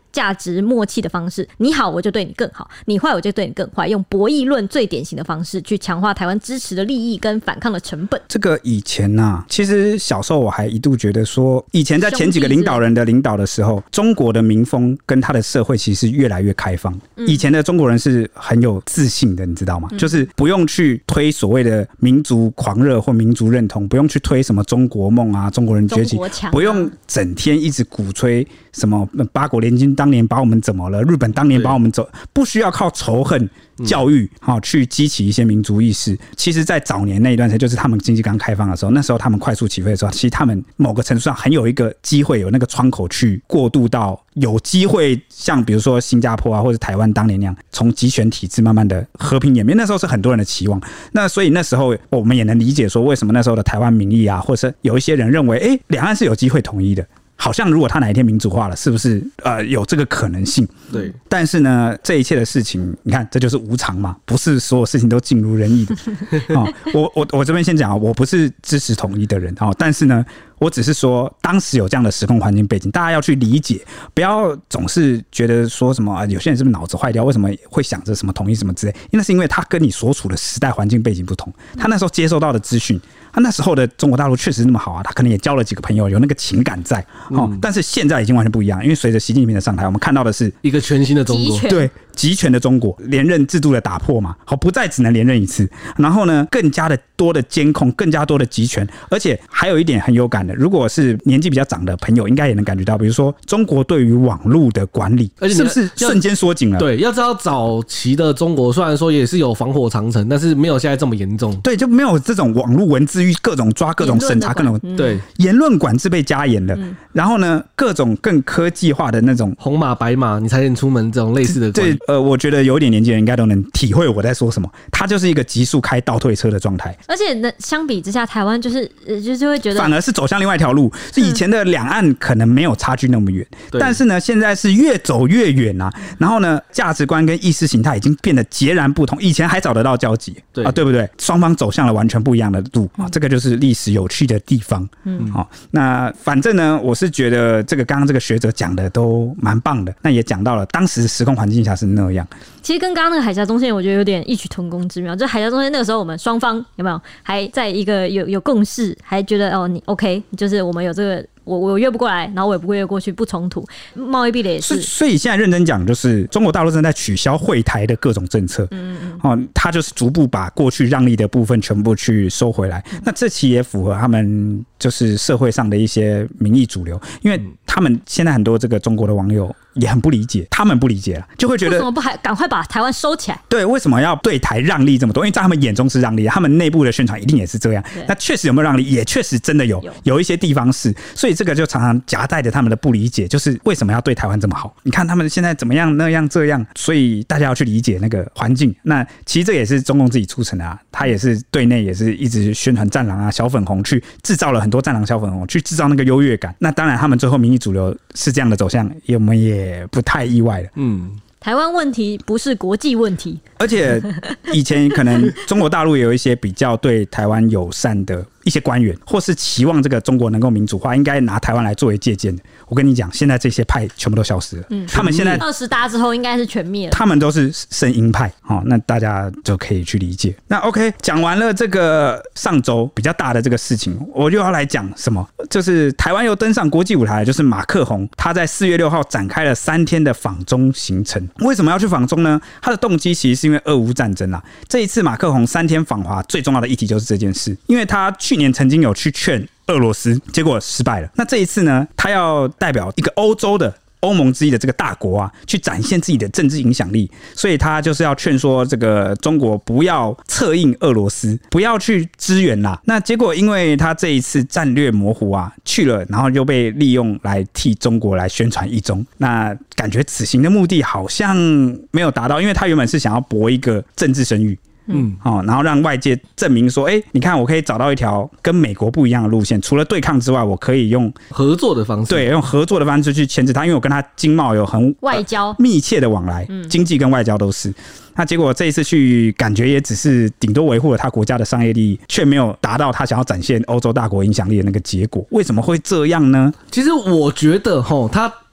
价值默契的方式，你好我就对你更好，你坏我就对你更坏，用博弈论最典型的方式去强化台湾支持的利益跟反抗的成本。 这个以前啊，其实小时候我还一度觉得说，以前在前几个领导人的领导的时候，中国的民风跟他的社会其实越来越开放。以前的中国人是很有自信的，你知道吗？就是不用去推所谓的民族狂热或民族认同，不用去推什么中国梦啊、中国人崛起，不用整天一直鼓吹什么八国联军当年把我们怎么了，日本当年把我们不需要靠仇恨教育去激起一些民族意识。其实在早年那一段时间，就是他们经济刚开放的时候，那时候他们快速起飞的时候，其实他们某个程度上很有一个机会，有那个窗口去过渡到有机会像比如说新加坡啊或者台湾当年那样，从集权体制慢慢的和平演变，那时候是很多人的期望。那所以那时候我们也能理解说，为什么那时候的台湾民意啊，或者是有一些人认为两岸是有机会统一的，好像如果他哪一天民主化了，是不是有这个可能性？ 对。 但是呢，这一切的事情，你看，这就是无常嘛，不是所有事情都尽如人意的。我这边先讲，我不是支持统一的人，但是呢，我只是说，当时有这样的时空环境背景，大家要去理解，不要总是觉得说什么有些人是不是脑子坏掉，为什么会想着什么统一什么之类，因为那是因为他跟你所处的时代环境背景不同，他那时候接受到的资讯。他那时候的中国大陆确实那么好啊，他可能也交了几个朋友，有那个情感在。但是现在已经完全不一样，因为随着习近平的上台，我们看到的是一个全新的中国， 对，集权的中国，连任制度的打破嘛，好，不再只能连任一次，然后呢，更加的多的监控，更加多的集权，而且还有一点很有感的，如果是年纪比较长的朋友，应该也能感觉到，比如说中国对于网络的管理，是不是瞬间缩紧了？ 对，要知道早期的中国虽然说也是有防火长城，但是没有现在这么严重。 对，就没有这种网络文字狱，各种抓、各种审查、各种对言论管制被加严了。然后呢，各种更科技化的那种红码白码你才能出门这种类似的管理。 对，我觉得有一点年纪的人应该都能体会我在说什么。它就是一个急速开倒退车的状态。 而且呢，相比之下，台湾就是会觉得反而是走向另外一条路。是以前的两岸可能没有差距那么远，但是呢，现在是越走越远啊。然后呢，价值观跟意识形态已经变得截然不同。以前还找得到交集，对不对？双方走向了完全不一样的路啊，这个就是历史有趣的地方。那反正呢，我是觉得这个刚刚这个学者讲的都蛮棒的，那也讲到了当时时空环境下是那样。 其实跟刚刚那个海峡中线，我觉得有点异曲同工之妙。就海峡中线那个时候，我们双方有没有还在一个有共识，还觉得你 OK， 就是我们有这个。我越不过来，然后我也不会越过去，不冲突。贸易壁垒也是， 所以现在认真讲，就是中国大陆正在取消惠台的各种政策。它就是逐步把过去让利的部分全部去收回来。那这其实也符合他们就是社会上的一些民意主流，因为他们现在很多这个中国的网友也很不理解，他们不理解了，就会觉得为什么不还赶快把台湾收起来？ 对，为什么要对台让利这么多？因为在他们眼中是让利，他们内部的宣传一定也是这样。那确实有没有让利，也确实真的有一些地方是，所以这个就常常夹带着他们的不理解，就是为什么要对台湾这么好？你看他们现在怎么样那样这样，所以大家要去理解那个环境。那其实这也是中共自己促成的啊，他也是对内也是一直宣传战狼啊、小粉红，去制造了很多战狼、小粉红，去制造那个优越感。那当然，他们最后民意主流是这样的走向，我们也不太意外了。 台湾问题不是国际问题， 而且以前可能中国大陆也有一些比较对台湾友善的一些官员，或是期望这个中国能够民主化，应该拿台湾来作为借鉴的。我跟你讲，现在这些派全部都消失了。他们现在 20大之后应该是全灭了。 他们都是声音派，那大家就可以去理解。那 OK， 讲完了这个上周比较大的这个事情，我就要来讲什么？就是台湾又登上国际舞台，就是马克宏他在4月6号展开了3天的访中行程。为什么要去访中呢？他的动机其实是因为俄乌战争啦。这一次马克宏3天访华最重要的议题就是这件事，因为他去年曾经有去劝俄罗斯，结果失败了。那这一次呢，他要代表一个欧洲的欧盟之一的这个大国啊，去展现自己的政治影响力，所以他就是要劝说这个中国不要策应俄罗斯，不要去支援啦。那结果因为他这一次战略模糊啊，去了，然后又被利用来替中国来宣传一中，那感觉此行的目的好像没有达到，因为他原本是想要博一个政治声誉。然后让外界证明说，你看我可以找到一条跟美国不一样的路线，除了对抗之外，我可以用合作的方式， 对，用合作的方式去牵制他，因为我跟他经贸有很外交密切的往来，经济跟外交都是。那结果这一次去，感觉也只是顶多维护了他国家的商业利益，却没有达到他想要展现欧洲大国影响力的那个结果。为什么会这样呢？ 其实我觉得他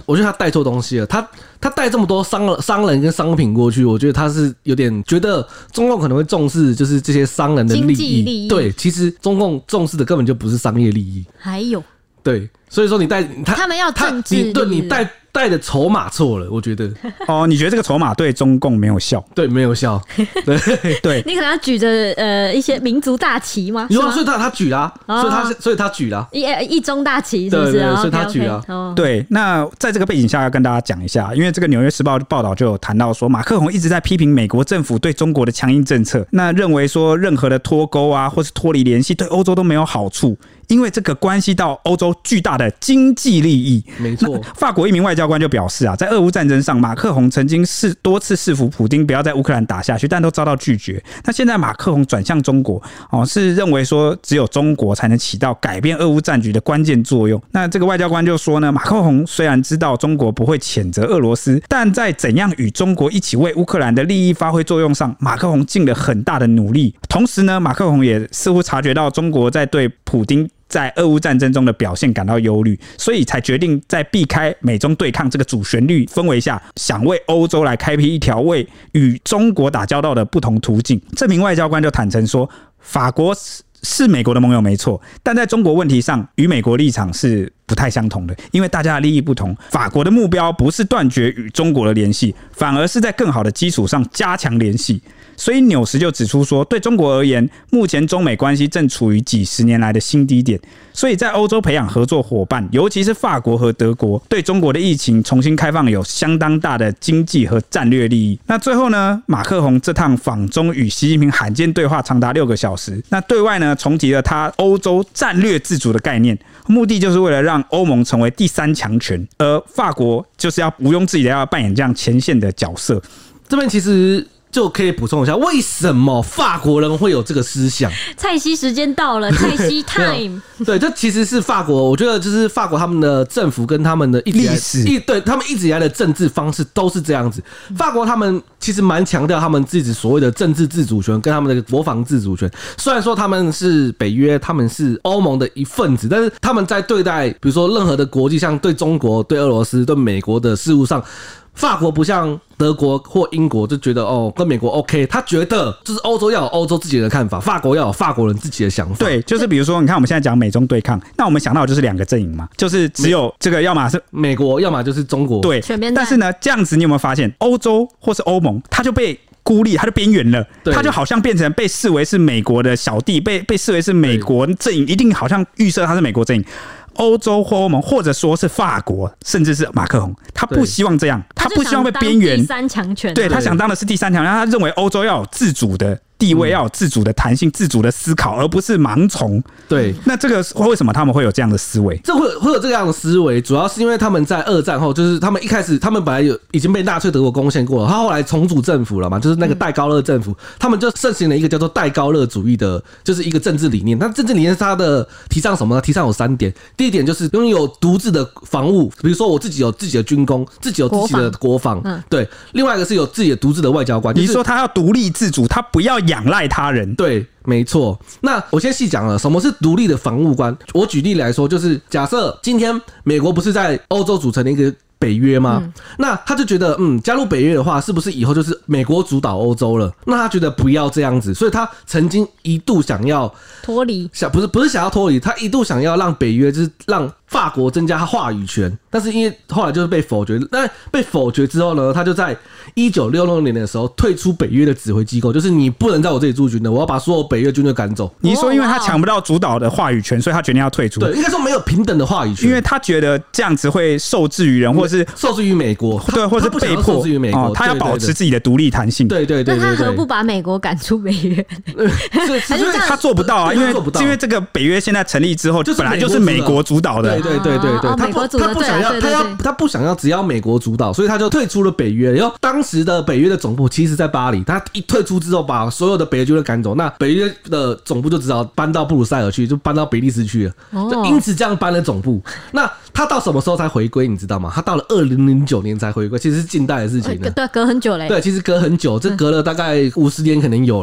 我觉得他带错东西了。他带这么多商人跟商品过去，我觉得他是有点觉得中共可能会重视就是这些商人的利经济利益。 对，其实中共重视的根本就不是商业利益。 还有， 对，所以说他们要政治利益， 你带的筹码错了，我觉得。 哦，你觉得这个筹码对中共没有效？ 对，没有效。对， 你可能要举着一些民族大旗吗？ 所以他举啦，所以他举啦， 一中大旗是不是？ 对，所以他举啦。 对，那在这个背景下要跟大家讲一下，因为这个《纽约时报》报道就有谈到说，马克宏一直在批评美国政府对中国的强硬政策，那认为说任何的脱钩啊，或是脱离联系，对欧洲都没有好处。因为这个关系到欧洲巨大的经济利益。 没错， 法国一名外交官就表示啊，在俄乌战争上，马克宏曾经多次说服普丁不要在乌克兰打下去，但都遭到拒绝。那现在马克宏转向中国，是认为说只有中国才能起到改变俄乌战局的关键作用。那这个外交官就说呢，马克宏虽然知道中国不会谴责俄罗斯，但在怎样与中国一起为乌克兰的利益发挥作用上，马克宏尽了很大的努力。同时呢，马克宏也似乎察觉到中国在对普丁在俄乌战争中的表现感到忧虑，所以才决定在避开美中对抗这个主旋律氛围下，想为欧洲来开辟一条为与中国打交道的不同途径。这名外交官就坦诚说，法国是美国的盟友没错，但在中国问题上与美国立场是不太相同的，因为大家的利益不同。法国的目标不是断绝与中国的联系，反而是在更好的基础上加强联系。所以纽时就指出说，对中国而言，目前中美关系正处于几十年来的新低点，所以在欧洲培养合作伙伴，尤其是法国和德国，对中国的疫情重新开放有相当大的经济和战略利益。那最后呢，马克宏这趟访中与习近平罕见对话长达6个小时，那对外呢重提了他欧洲战略自主的概念，目的就是为了让欧盟成为第3强权，而法国就是要毋庸置疑的要扮演这样前线的角色。 这边其实就可以补充一下，为什么法国人会有这个思想？ 蔡西时间到了，蔡西 time。 对，这其实是法国，我觉得就是法国他们的政府跟他们的历史， 对他们一直以来的政治方式都是这样子。法国他们其实蛮强调他们自己所谓的政治自主权跟他们的国防自主权。虽然说他们是北约，他们是欧盟的一份子，但是他们在对待比如说任何的国际，像对中国、对俄罗斯、对美国的事务上，法国不像德国或英国就觉得跟美国 OK， 他觉得就是欧洲要有欧洲自己的看法，法国要有法国人自己的想法。 对，就是比如说你看我们现在讲美中对抗，那我们想到的就是2个阵营嘛，就是只有这个要么是美国，要么就是中国。 对，但是呢，这样子你有没有发现，欧洲或是欧盟，它就被孤立，他就边缘了，他就好像变成被视为是美国的小弟，被视为是美国阵营，一定好像预设他是美国阵营。欧洲或欧盟，或者说是法国，甚至是马克宏，他不希望这样，他不希望被边缘。 第3强权， 对，他想当的是第3强权，他认为欧洲要有自主的地位，要有自主的弹性、自主的思考，而不是盲从。 对， 那这个为什么他们会有这样的思维？ 这会有这样的思维，主要是因为他们在2战后，就是他们一开始，他们本来已经被纳粹德国攻陷过了，他后来重组政府了嘛，就是那个戴高乐政府，他们就盛行了一个叫做戴高乐主义的，就是一个政治理念。那政治理念是他的提倡什么呢？提倡有3点。第一点就是拥有独自的防务，比如说我自己有自己的军工，自己有自己的国防，对。另外一个是有自己的独自的外交官，就是你说他要独立自主，他不要仰赖他人。 对，没错。那我先细讲了，什么是独立的防务官？我举例来说，就是假设今天美国不是在欧洲组成的一个北约吗？那他就觉得，加入北约的话，是不是以后就是美国主导欧洲了？那他觉得不要这样子，所以他曾经一度想要脱离， 不是想要脱离，他一度想要让北约就是让法国增加他话语权，但是因为后来就是被否决。但被否决之后呢，他就在1966年的时候退出北约的指挥机构，就是你不能在我这里驻军的，我要把所有北约军队赶走。 你说因为他抢不到主导的话语权，所以他决定要退出？ 对，应该说没有平等的话语权， 因为他觉得这样子会受制于人，或者是受制于美国， 对，或者是被迫受制于美国， 他要保持自己的独立弹性。 对。 那他何不把美国赶出北约？ 因为他做不到啊，因为这个北约现在成立之后，本来就是美国主导的。 对，他不想要只要美国主导，所以他就退出了北约。然后当时的北约的总部其实在巴黎，他一退出之后，把所有的北约军队赶走，那北约的总部就只好搬到布鲁塞尔去，就搬到比利时去了，就因此这样搬了总部。那他到什么时候才回归？你知道吗？他到了2009年才回归，其实是近代的事情了。 对，隔很久嘞。 对，其实隔很久，这隔了大概50年可能有了。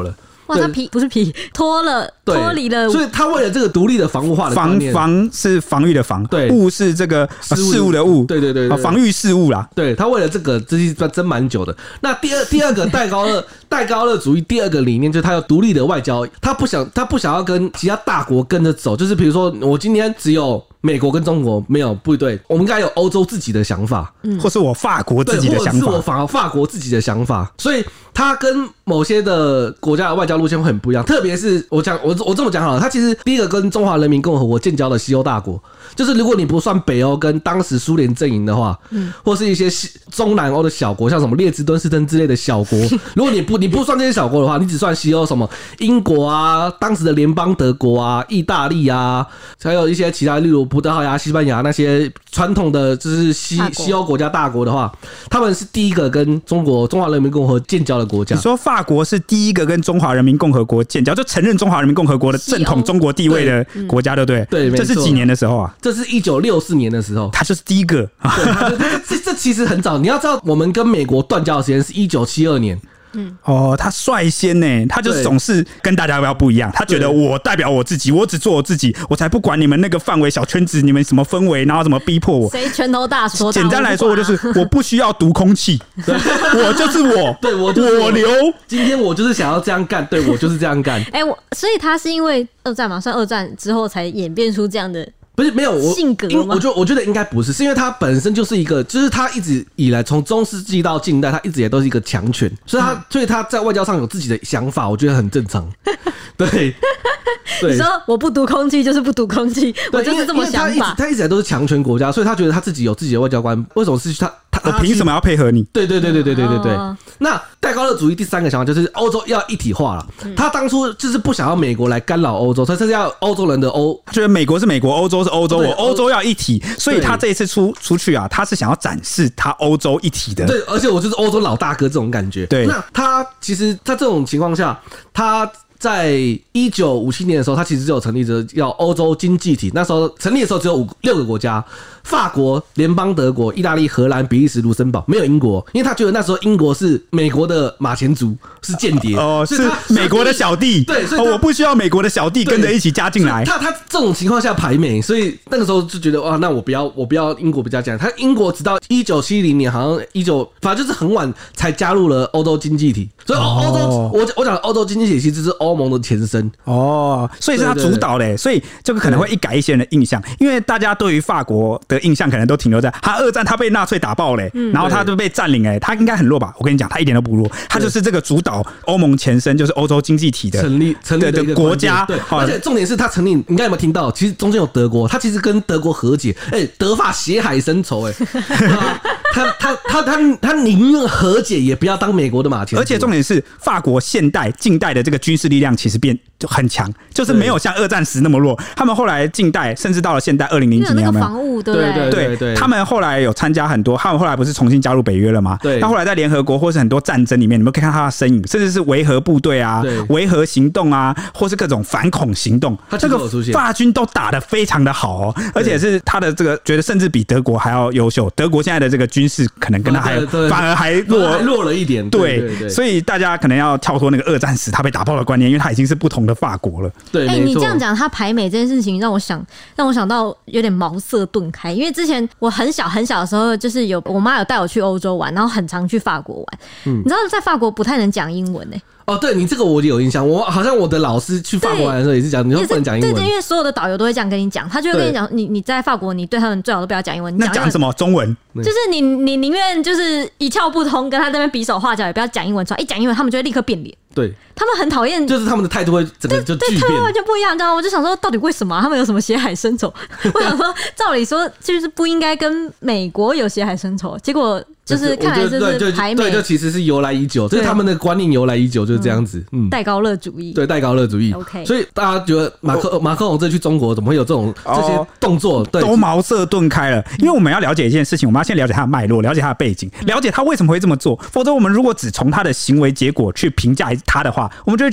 哇，他不是脱离了， 所以他为了这个独立的防务化的观念， 防是防御的防， 对， 务是这个事物的务， 对， 防御事物啦。 对，他为了这个真蛮久的。那第二个戴高乐主义第二个理念就是他要独立的外交，他不想要跟其他大国跟着走，就是比如说我今天只有美国跟中国，没有不对，我们应该有欧洲自己的想法， 或是我法国自己的想法， 或者是我法国自己的想法，所以他跟某些的国家的外交路线会很不一样。特别是我这么讲好了，他其实第一个跟中华人民共和国建交的西欧大国，就是如果你不算北欧跟当时苏联阵营的话，或是一些中南欧的小国，像什么列支敦士登之类的小国，如果你不算这些小国的话，你只算西欧什么英国啊，当时的联邦德国啊，意大利啊，还有一些其他例如葡萄牙、西班牙那些传统的就是西欧国家大国的话，他们是第一个跟中华人民共和国建交的国家。 你说法国是第一个跟中华人民共和国建交，就承认中华人民共和国的正统中国地位的国家，对不对？ 对， 这是几年的时候啊？ 这是1964年的时候， 他就是第一个。 这其实很早，你要知道，我们跟美国断交的时间是1972年。 他率先呢，他就是总是跟大家不一样。他觉得我代表我自己，我只做我自己，我才不管你们那个范围小圈子，你们什么氛围，然后怎么逼迫我。 谁拳头大说大？ 简单来说，我就是我不需要读空气，我就是我， 对我留。今天我就是想要这样干，对我就是这样干。 所以他是因为二战嘛，算二战之后才演变出这样的。 不是没有性格吗？ 我觉得应该不是，是因为他本身就是一个，就是他一直以来从中世纪到近代，他一直也都是一个强权，所以他在外交上有自己的想法，我觉得很正常。对， 你说我不读空气就是不读空气，我就是这么想法。 他一直来都是强权国家，所以他觉得他自己有自己的外交官，为什么是他我凭什么要配合你？ 对。那戴高乐主义第三个想法就是欧洲要一体化了。他当初就是不想要美国来干扰欧洲，他是要欧洲人的他觉得美国是美国，欧洲是欧洲，我欧洲要一体，所以他这一次出去啊，他是想要展示他欧洲一体的。 对，而且我就是欧洲老大哥这种感觉。 对， 那他其实在这种情况下，他在1957年的时候，他其实就有成立着叫欧洲经济体。那时候成立的时候只有6个国家：法国、联邦德国、意大利、荷兰、比利时、卢森堡，没有英国，因为他觉得那时候英国是美国的马前卒，是间谍， 是美国的小弟。 对，所以我不需要美国的小弟跟着一起加进来。 他这种情况下排美，所以那个时候就觉得哇，那我不要英国比较加。他英国直到1970年，好像反正就是很晚才加入了欧洲经济体。所以欧洲，我讲的欧洲经济体其实是欧盟的前身。 所以是他主导的，所以这个可能会一改一些人的印象，因为大家对于法国的印象可能都停留在他二战他被纳粹打爆嘞，然后他就被占领他应该很弱吧？我跟你讲，他一点都不弱，他就是这个主导欧盟前身，就是欧洲经济体的成立的国家。 对，而且重点是他成立，你刚才有没有听到？其实中间有德国，他其实跟德国和解，德法血海深仇，他宁愿和解也不要当美国的马前卒。 而且重点是法国近代的这个军事力量其实变就很强，就是没有像二战时那么弱。他们后来近代甚至到了现代2000几年，有没有防务？对， 他们后来有参加很多，他们后来不是重新加入北约了吗？ 对， 他后来在联合国或是很多战争里面，你们可以看他的身影，甚至是维和部队啊、维和行动啊，或是各种反恐行动，这个法军都打得非常的好而且是他的这个觉得甚至比德国还要优秀。德国现在的这个军事可能跟他反而还弱了一点。 对，所以大家可能要跳脱那个二战时他被打爆的观念，因为他已经是不同的法国了。 对， 你这样讲他排美这件事情，让我想到有点茅塞顿开。因为之前我很小的时候，就是我妈有带我去欧洲玩，然后很常去法国玩。你知道在法国不太能讲英文对，你这个我有印象，好像我的老师去法国玩的时候也是讲，你说不能讲英文。 对，因为所有的导游都会这样跟你讲，他就会跟你讲，你在法国，你对他们最好都不要讲英文。 那讲什么？中文？ 就是你宁愿就是一窍不通，跟他这边比手画脚，也不要讲英文出来。一讲英文，他们就会立刻变脸。 对， 他们很讨厌， 就是他们的态度会整个就巨变， 对，他们完全不一样，你知道吗？我就想说，到底为什么他们有什么血海深仇？我想说，照理说就是不应该跟美国有血海深仇，结果就是看来就是排美， 对，就其实是由来已久，就是他们的观念由来已久，就是这样子。 戴高乐主义， 对，戴高乐主义。 OK， 所以大家觉得马克龙这去中国怎么会有这些动作？对， 都茅塞顿开了。因为我们要了解一件事情，我们要先了解他的脉络，了解他的背景，了解他为什么会这么做。否则，我们如果只从他的行为结果去评价他的话，我们就会觉得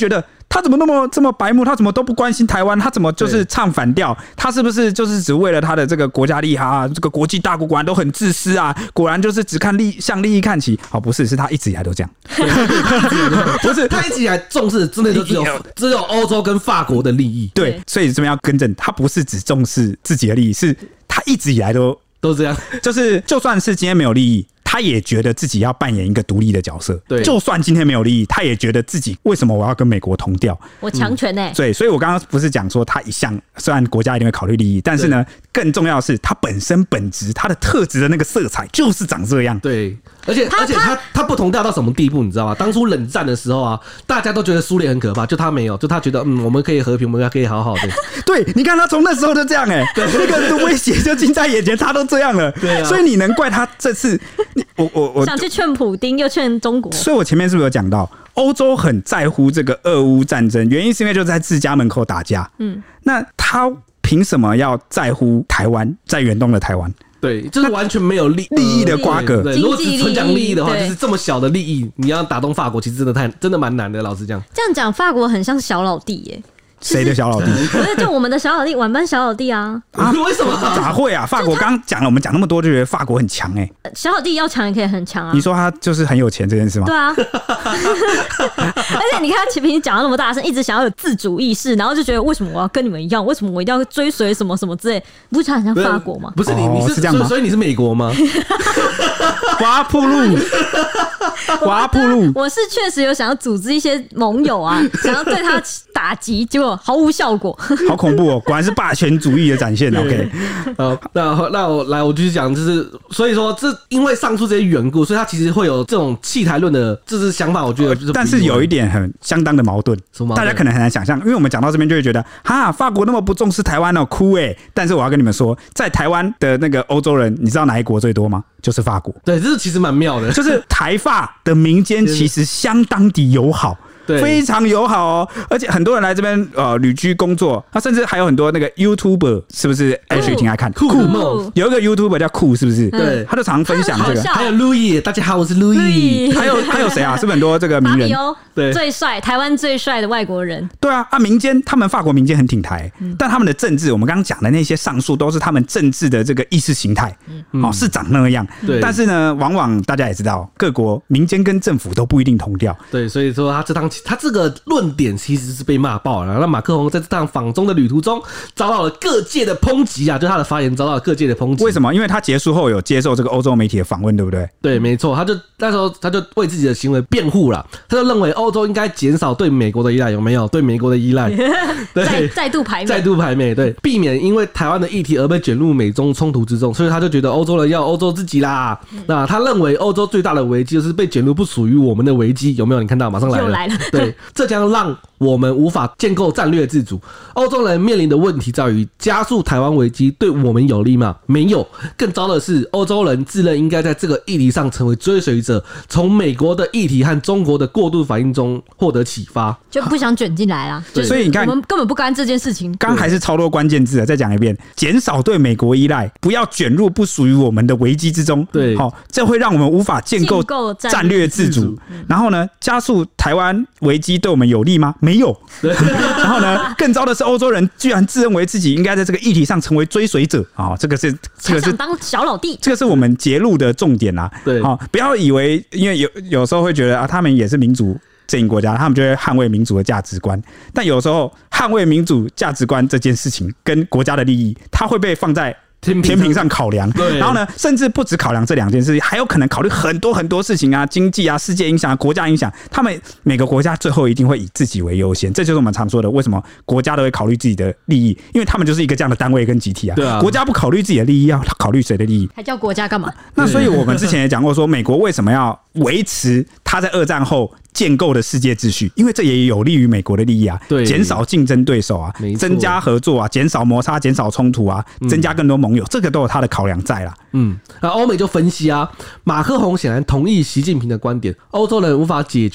他怎么这么白目？他怎么都不关心台湾？他怎么就是唱反调？他是不是就是只为了他的这个国家利益啊？这个国际大国果然都很自私啊！果然就是只看向利益看齐。好，不是，是他一直以来都这样。 不是，他一直以来重视的真的就只有欧洲跟法国的利益。 对，所以这边要更正，他不是只重视自己的利益，是他一直以来都这样。 就是就算是今天没有利益。他也觉得自己要扮演一个独立的角色， 对， 就算今天没有利益，他也觉得自己为什么我要跟美国同调？ 我强权欸。 对，所以我刚刚不是讲说他一向虽然国家一定会考虑利益，但是呢，更重要的是他本身本质、他的特质的那个色彩就是长这样。 对，而且他不同调到什么地步，你知道吗？当初冷战的时候啊，大家都觉得苏联很可怕，就他没有，就他觉得我们可以和平，我们可以好好的。 对，你看他从那时候就这样那个威胁就近在眼前，他都这样了。 对啊， 所以你能怪他这次我想去劝普丁，又劝中国。 所以我前面是不是有讲到，欧洲很在乎这个俄乌战争，原因是因为就在自家门口打架。那他凭什么要在乎台湾，在远东的台湾？ 对，就是完全没有利益的瓜葛。 如果只纯讲利益的话，就是这么小的利益，你要打动法国，其实真的蛮难的。老实讲， 这样讲，法国很像小老弟耶。 谁的小老弟？ 不是，就我们的小老弟，晚班小老弟啊！ 为什么？ 咋会啊？法国刚讲了，我们讲那么多，就觉得法国很强小老弟要强也可以很强啊！ 你说他就是很有钱这件事吗？ 对啊，而且你看他平时讲到那么大声，一直想要有自主意识，然后就觉得为什么我要跟你们一样？为什么我一定要追随什么什么之类？不是他很像法国吗？ 不是你是这样吗？ 所以你是美国吗？ 瓦普路， 我是确实有想要组织一些盟友啊，想要对他打击，结果毫无效果。 好恐怖哦！果然是霸权主义的展现。OK， 那我继续讲，就是所以说，这因为上述这些缘故，所以他其实会有这种弃台论的这是想法。我觉得就是， 但是有一点很相当的矛盾，大家可能很难想象，因为我们讲到这边就会觉得，法国那么不重视台湾哦，哭欸。但是我要跟你们说，在台湾的那个欧洲人，你知道哪一国最多吗？就是法国。 对，这其实蛮妙的， 就是台法的民间其实相当的友好。非常友好哦，而且很多人来这边旅居工作，他甚至还有很多那个 YouTuber， 是不是 ？Ashley 挺爱看酷梦， 有一个 YouTuber 叫酷，是不是？ 对， 他就常分享这个。 还有 Louis， 大家好，我是 Louis。 还有谁啊？是不是很多这个名人？ 对，最帅，台湾最帅的外国人。 对啊，民间他们法国民间很挺台，但他们的政治，我们刚刚讲的那些上述都是他们政治的这个意识形态，是长那样。但是呢，往往大家也知道，各国民间跟政府都不一定同调。 对，所以说他这个论点其实是被骂爆了。那马克宏在这趟访中的旅途中，遭到了各界的抨击啊！就他的发言遭到了各界的抨击。 为什么？因为他结束后有接受这个欧洲媒体的访问，对不对？ 对，没错。那时候他就为自己的行为辩护了。他就认为欧洲应该减少对美国的依赖，有没有？对美国的依赖， 对，再度排美， 对，避免因为台湾的议题而被卷入美中冲突之中。所以他就觉得欧洲人要欧洲自己啦。那他认为欧洲最大的危机就是被卷入不属于我们的危机，有没有？你看到马上来了， 又来了。 对，这将让我们无法建构战略自主。欧洲人面临的问题在于，加速台湾危机对我们有利吗？没有。更糟的是，欧洲人自认应该在这个议题上成为追随者，从美国的议题和中国的过度反应中获得启发， 就不想卷进来啦。 所以你看， 我们根本不干这件事情。 刚还是超多关键字的，再讲一遍：减少对美国依赖，不要卷入不属于我们的危机之中。 对， 好，这会让我们无法建构战略自主。然后呢，加速台湾危机对我们有利吗？没有。然后呢，更糟的是，欧洲人居然自认为自己应该在这个议题上成为追随者啊！这个是当小老弟， 这个是我们揭露的重点啊！ 对， 不要以为，因为有时候会觉得啊，他们也是民主阵营国家，他们就会捍卫民主的价值观。但有时候捍卫民主价值观这件事情跟国家的利益，它会被放在天平上考量，然后呢，甚至不只考量这两件事，还有可能考虑很多很多事情啊，经济啊、世界影响、国家影响。他们每个国家最后一定会以自己为优先，这就是我们常说的，为什么国家都会考虑自己的利益，因为他们就是一个这样的单位跟集体啊。 对啊， 国家不考虑自己的利益，要考虑谁的利益？ 还叫国家干嘛？ 那所以我们之前也讲过，说美国为什么要维持他在二战后建构的世界秩序，因为这也有利于美国的利益啊，减少竞争对手啊，增加合作啊，减少摩擦，减少冲突啊，增加更多盟友，这个都有他的考量在啦。 那欧美就分析啊，马克宏显然同意习近平的观点，欧洲人无法解决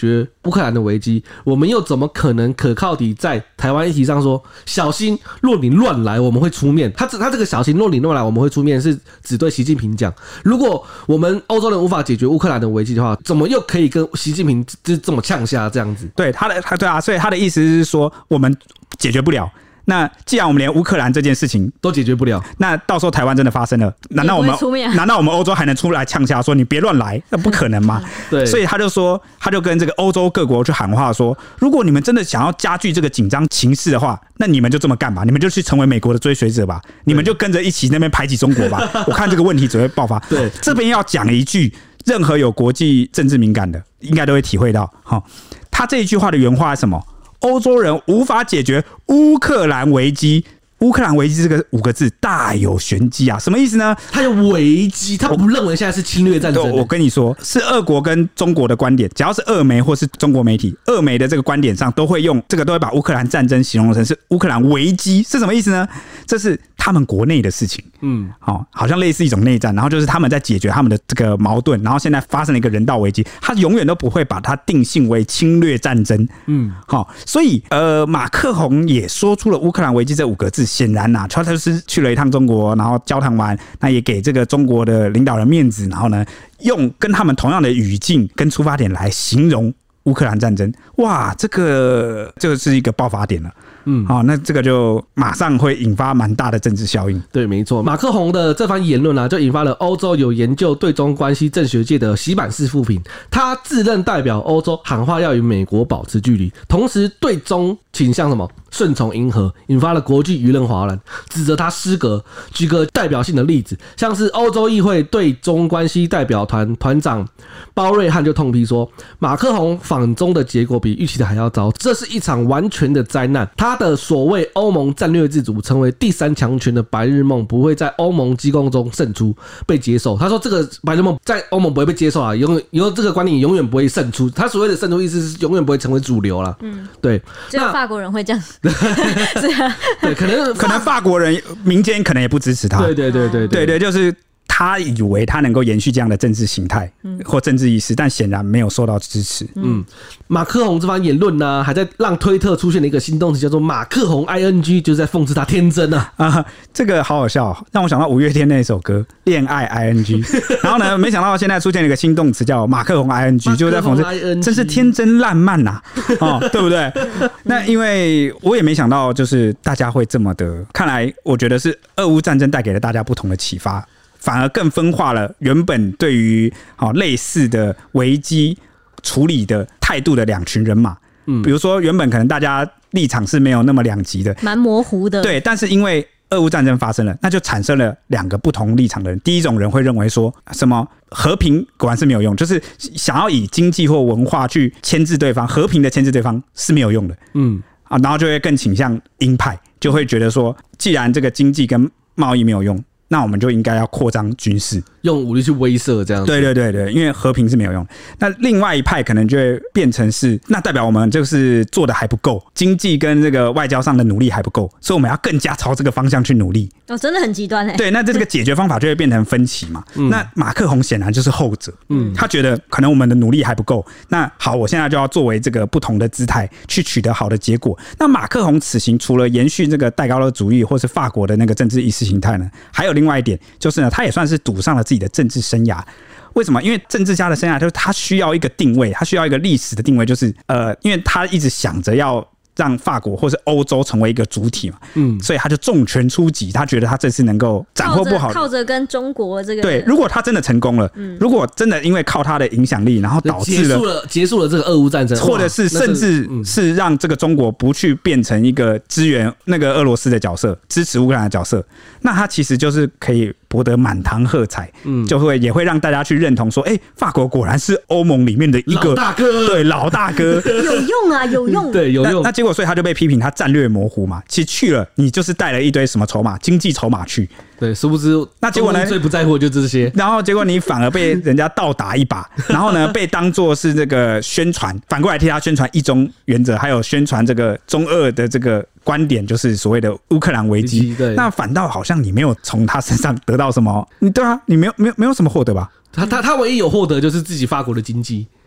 乌克兰的危机，我们又怎么可能可靠地在台湾议题上说小心，若你乱来，我们会出面？他这个小心，若你乱来，我们会出面，是只对习近平讲。如果我们欧洲人无法解决乌克兰的危机的话，怎么又可以跟习近平这么呛下这样子？ 对对啊，所以他的意思是说，我们解决不了。那既然我们连乌克兰这件事情都解决不了， 那到时候台湾真的发生了，难道我们欧洲还能出来呛下说你别乱来？那不可能嘛？ 对， 所以他就跟这个欧洲各国去喊话说，如果你们真的想要加剧这个紧张情势的话，那你们就这么干吧，你们就去成为美国的追随者吧，你们就跟着一起那边排挤中国吧。我看这个问题只会爆发。 对， 这边要讲一句，任何有国际政治敏感的，应该都会体会到，他这一句话的原话是什么？欧洲人无法解决乌克兰危机。乌克兰危机这个5个字大有玄机啊，什么意思呢？ 他有危机，他不认为现在是侵略战争。 我跟你说，是俄国跟中国的观点，只要是俄媒或是中国媒体，俄媒的这个观点上都会用这个，都会把乌克兰战争形容成是乌克兰危机，是什么意思呢？这是他们国内的事情，好像类似一种内战，然后就是他们在解决他们的这个矛盾，然后现在发生了一个人道危机，他永远都不会把它定性为侵略战争，所以马克宏也说出了乌克兰危机这5个字。显然他就是去了一趟中国，然后交谈完，那也给这个中国的领导人面子，然后呢，用跟他们同样的语境跟出发点来形容乌克兰战争。哇，这个是一个爆发点了。那这个就马上会引发蛮大的政治效应。 对，没错，马克宏的这番言论就引发了欧洲有研究对中关系政学界的洗版式负评。他自认代表欧洲，喊话要与美国保持距离，同时对中倾向什么顺从迎合，引发了国际舆论哗然，指责他失格。举个代表性的例子，像是欧洲议会对中关系代表团团长包瑞汉就痛批说，马克宏访中的结果比预期的还要糟，这是一场完全的灾难。他的所谓欧盟战略自主成为第3强权的白日梦不会在欧盟机构中胜出被接受。他说这个白日梦在欧盟不会被接受啊，以后这个观点永远不会胜出。他所谓的胜出意思是永远不会成为主流啦。对， 只有法国人会这样。 对，可能法国人民间可能也不支持他。对，就是他以为他能够延续这样的政治形态或政治意识，但显然没有受到支持。 马克宏这番言论呢，还在让推特出现了一个新动词，叫做马克宏 ING， 就是在讽刺他天真这个好好笑，让我想到5月天那首歌《恋爱 ING》，然后呢，没想到现在出现了一个新动词叫马克宏 ING， 就是在讽刺，真是天真烂漫对不对？那因为我也没想到，就是大家会这么的，看来我觉得是俄乌战争带给了大家不同的启发。反而更分化了原本对于类似的危机处理的态度的2群人马。比如说原本可能大家立场是没有那么两极的， 蛮模糊的。 对，但是因为俄乌战争发生了，那就产生了2个不同立场的人。第一种人会认为说什么和平果然是没有用，就是想要以经济或文化去牵制对方，和平的牵制对方是没有用的。然后就会更倾向鹰派，就会觉得说，既然这个经济跟贸易没有用，那我们就应该要扩张军事， 用武力去威慑这样子。 对，因为和平是没有用。那另外一派可能就会变成是，那代表我们就是做的还不够，经济跟这个外交上的努力还不够，所以我们要更加朝这个方向去努力。 真的很极端对，那这个解决方法就会变成分歧嘛。那马克宏显然就是后者。他觉得可能我们的努力还不够，那好，我现在就要作为这个不同的姿态去取得好的结果。那马克宏此行除了延续这个戴高乐主义或是法国的那个政治意识形态呢，还有另外一点就是呢，他也算是赌上了自己的政治生涯。为什么？因为政治家的生涯就是他需要一个定位，他需要一个历史的定位，就是因为他一直想着要让法国或是欧洲成为一个主体嘛，所以他就重拳出击，他觉得他这次能够斩获不好， 靠着跟中国这个对，如果他真的成功了，如果真的因为靠他的影响力，然后导致结束了这个俄乌战争， 或者是甚至是让这个中国不去变成一个支援那个俄罗斯的角色，支持乌克兰的角色，那他其实就是可以博得满堂喝彩，也会让大家去认同说，法国果然是欧盟里面的一个老大哥， 对，老大哥有用啊，有用， 对，有用。 那结果，所以他就被批评他战略模糊嘛。其实去了，你就是带了一堆什么筹码，经济筹码去。 对，殊不知那结果呢？ 最不在乎的就这些， 然后结果你反而被人家倒打一把，然后呢被当作是这个宣传，反过来替他宣传一中原则，还有宣传这个中俄的这个观点，就是所谓的乌克兰危机。那反倒好像你没有从他身上得到什么，对啊，你没有什么获得吧？ 他唯一有获得就是自己法国的经济。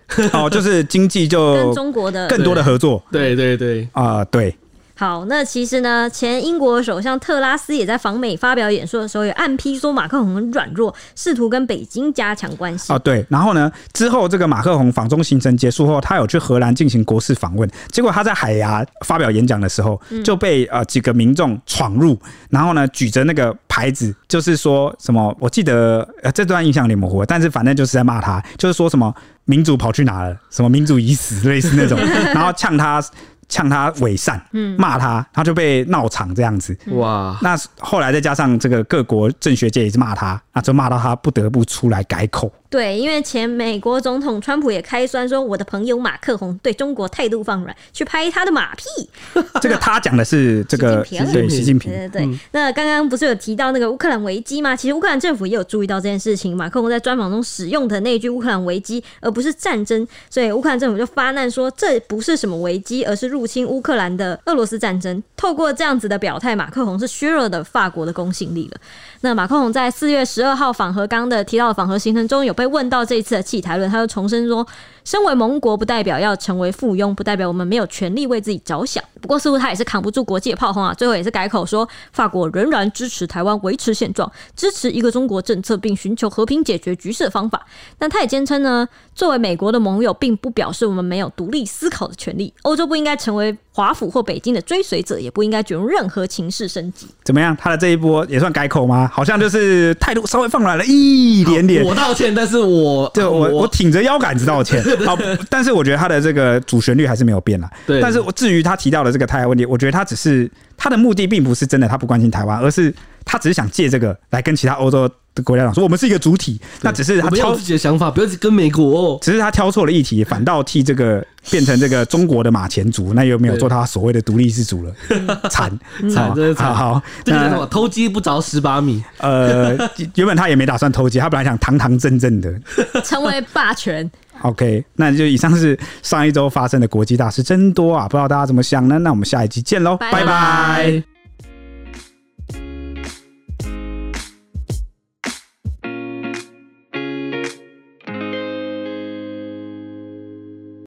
就是经济就跟中国的更多的合作。 对对对对。 好，那其实呢，前英国首相特拉斯也在访美发表演说的时候，有暗批说马克宏很软弱，试图跟北京加强关系。 对。然后呢，之后这个马克宏访中行程结束后，他有去荷兰进行国事访问，结果他在海牙发表演讲的时候，就被几个民众闯入，然后呢举着那个牌子，就是说什么，我记得这段印象有点模糊，但是反正就是在骂他，就是说什么民主跑去哪了，什么民主已死，类似那种，然后呛他伪善，骂他，他就被闹场这样子。哇！那后来再加上这个各国政学界也是骂他，那就骂到他不得不出来改口。 对，因为前美国总统川普也开酸说，我的朋友马克宏对中国态度放软，去拍他的马屁。 这个他讲的是这个对习近平。 对。那刚刚不是有提到那个乌克兰危机吗？其实乌克兰政府也有注意到这件事情，马克宏在专访中使用的那一句乌克兰危机，而不是战争，所以乌克兰政府就发难说，这不是什么危机，而是入侵乌克兰的俄罗斯战争。透过这样子的表态，马克宏是削弱了法国的公信力了。那马克宏在4月12号访核刚的提到的访核行程中，有被问到这一次的弃台论，他就重申说，身为盟国不代表要成为附庸，不代表我们没有权利为自己着想。不过似乎他也是扛不住国际的炮轰啊，最后也是改口说，法国仍然支持台湾维持现状，支持一个中国政策，并寻求和平解决局势的方法。但他也坚称呢，作为美国的盟友，并不表示我们没有独立思考的权利。欧洲不应该成为华府或北京的追随者，也不应该卷入任何情势升级。怎么样？他的这一波也算改口吗？好像就是态度稍微放软了一点点。我道歉，但是我挺着腰杆子道歉。好，但是我觉得他的这个主旋律还是没有变啦。对。但是至于他提到的这个台海问题，我觉得他只是他的目的并不是真的他不关心台湾，而是他只是想借这个来跟其他欧洲的国家讲说，我们是一个主体。那只是他挑自己的想法，不要跟美国只是他挑错了议题，反倒替这个变成这个中国的马前卒，那又没有做他所谓的独立自主了，惨，真的惨。好，这个什么偷鸡不着18米。原本他也没打算偷鸡，他本来想堂堂正正的成为霸权。OK， 那就以上是上一周发生的国际大事，真多啊！不知道大家怎么想呢？那我们下一集见喽，拜拜。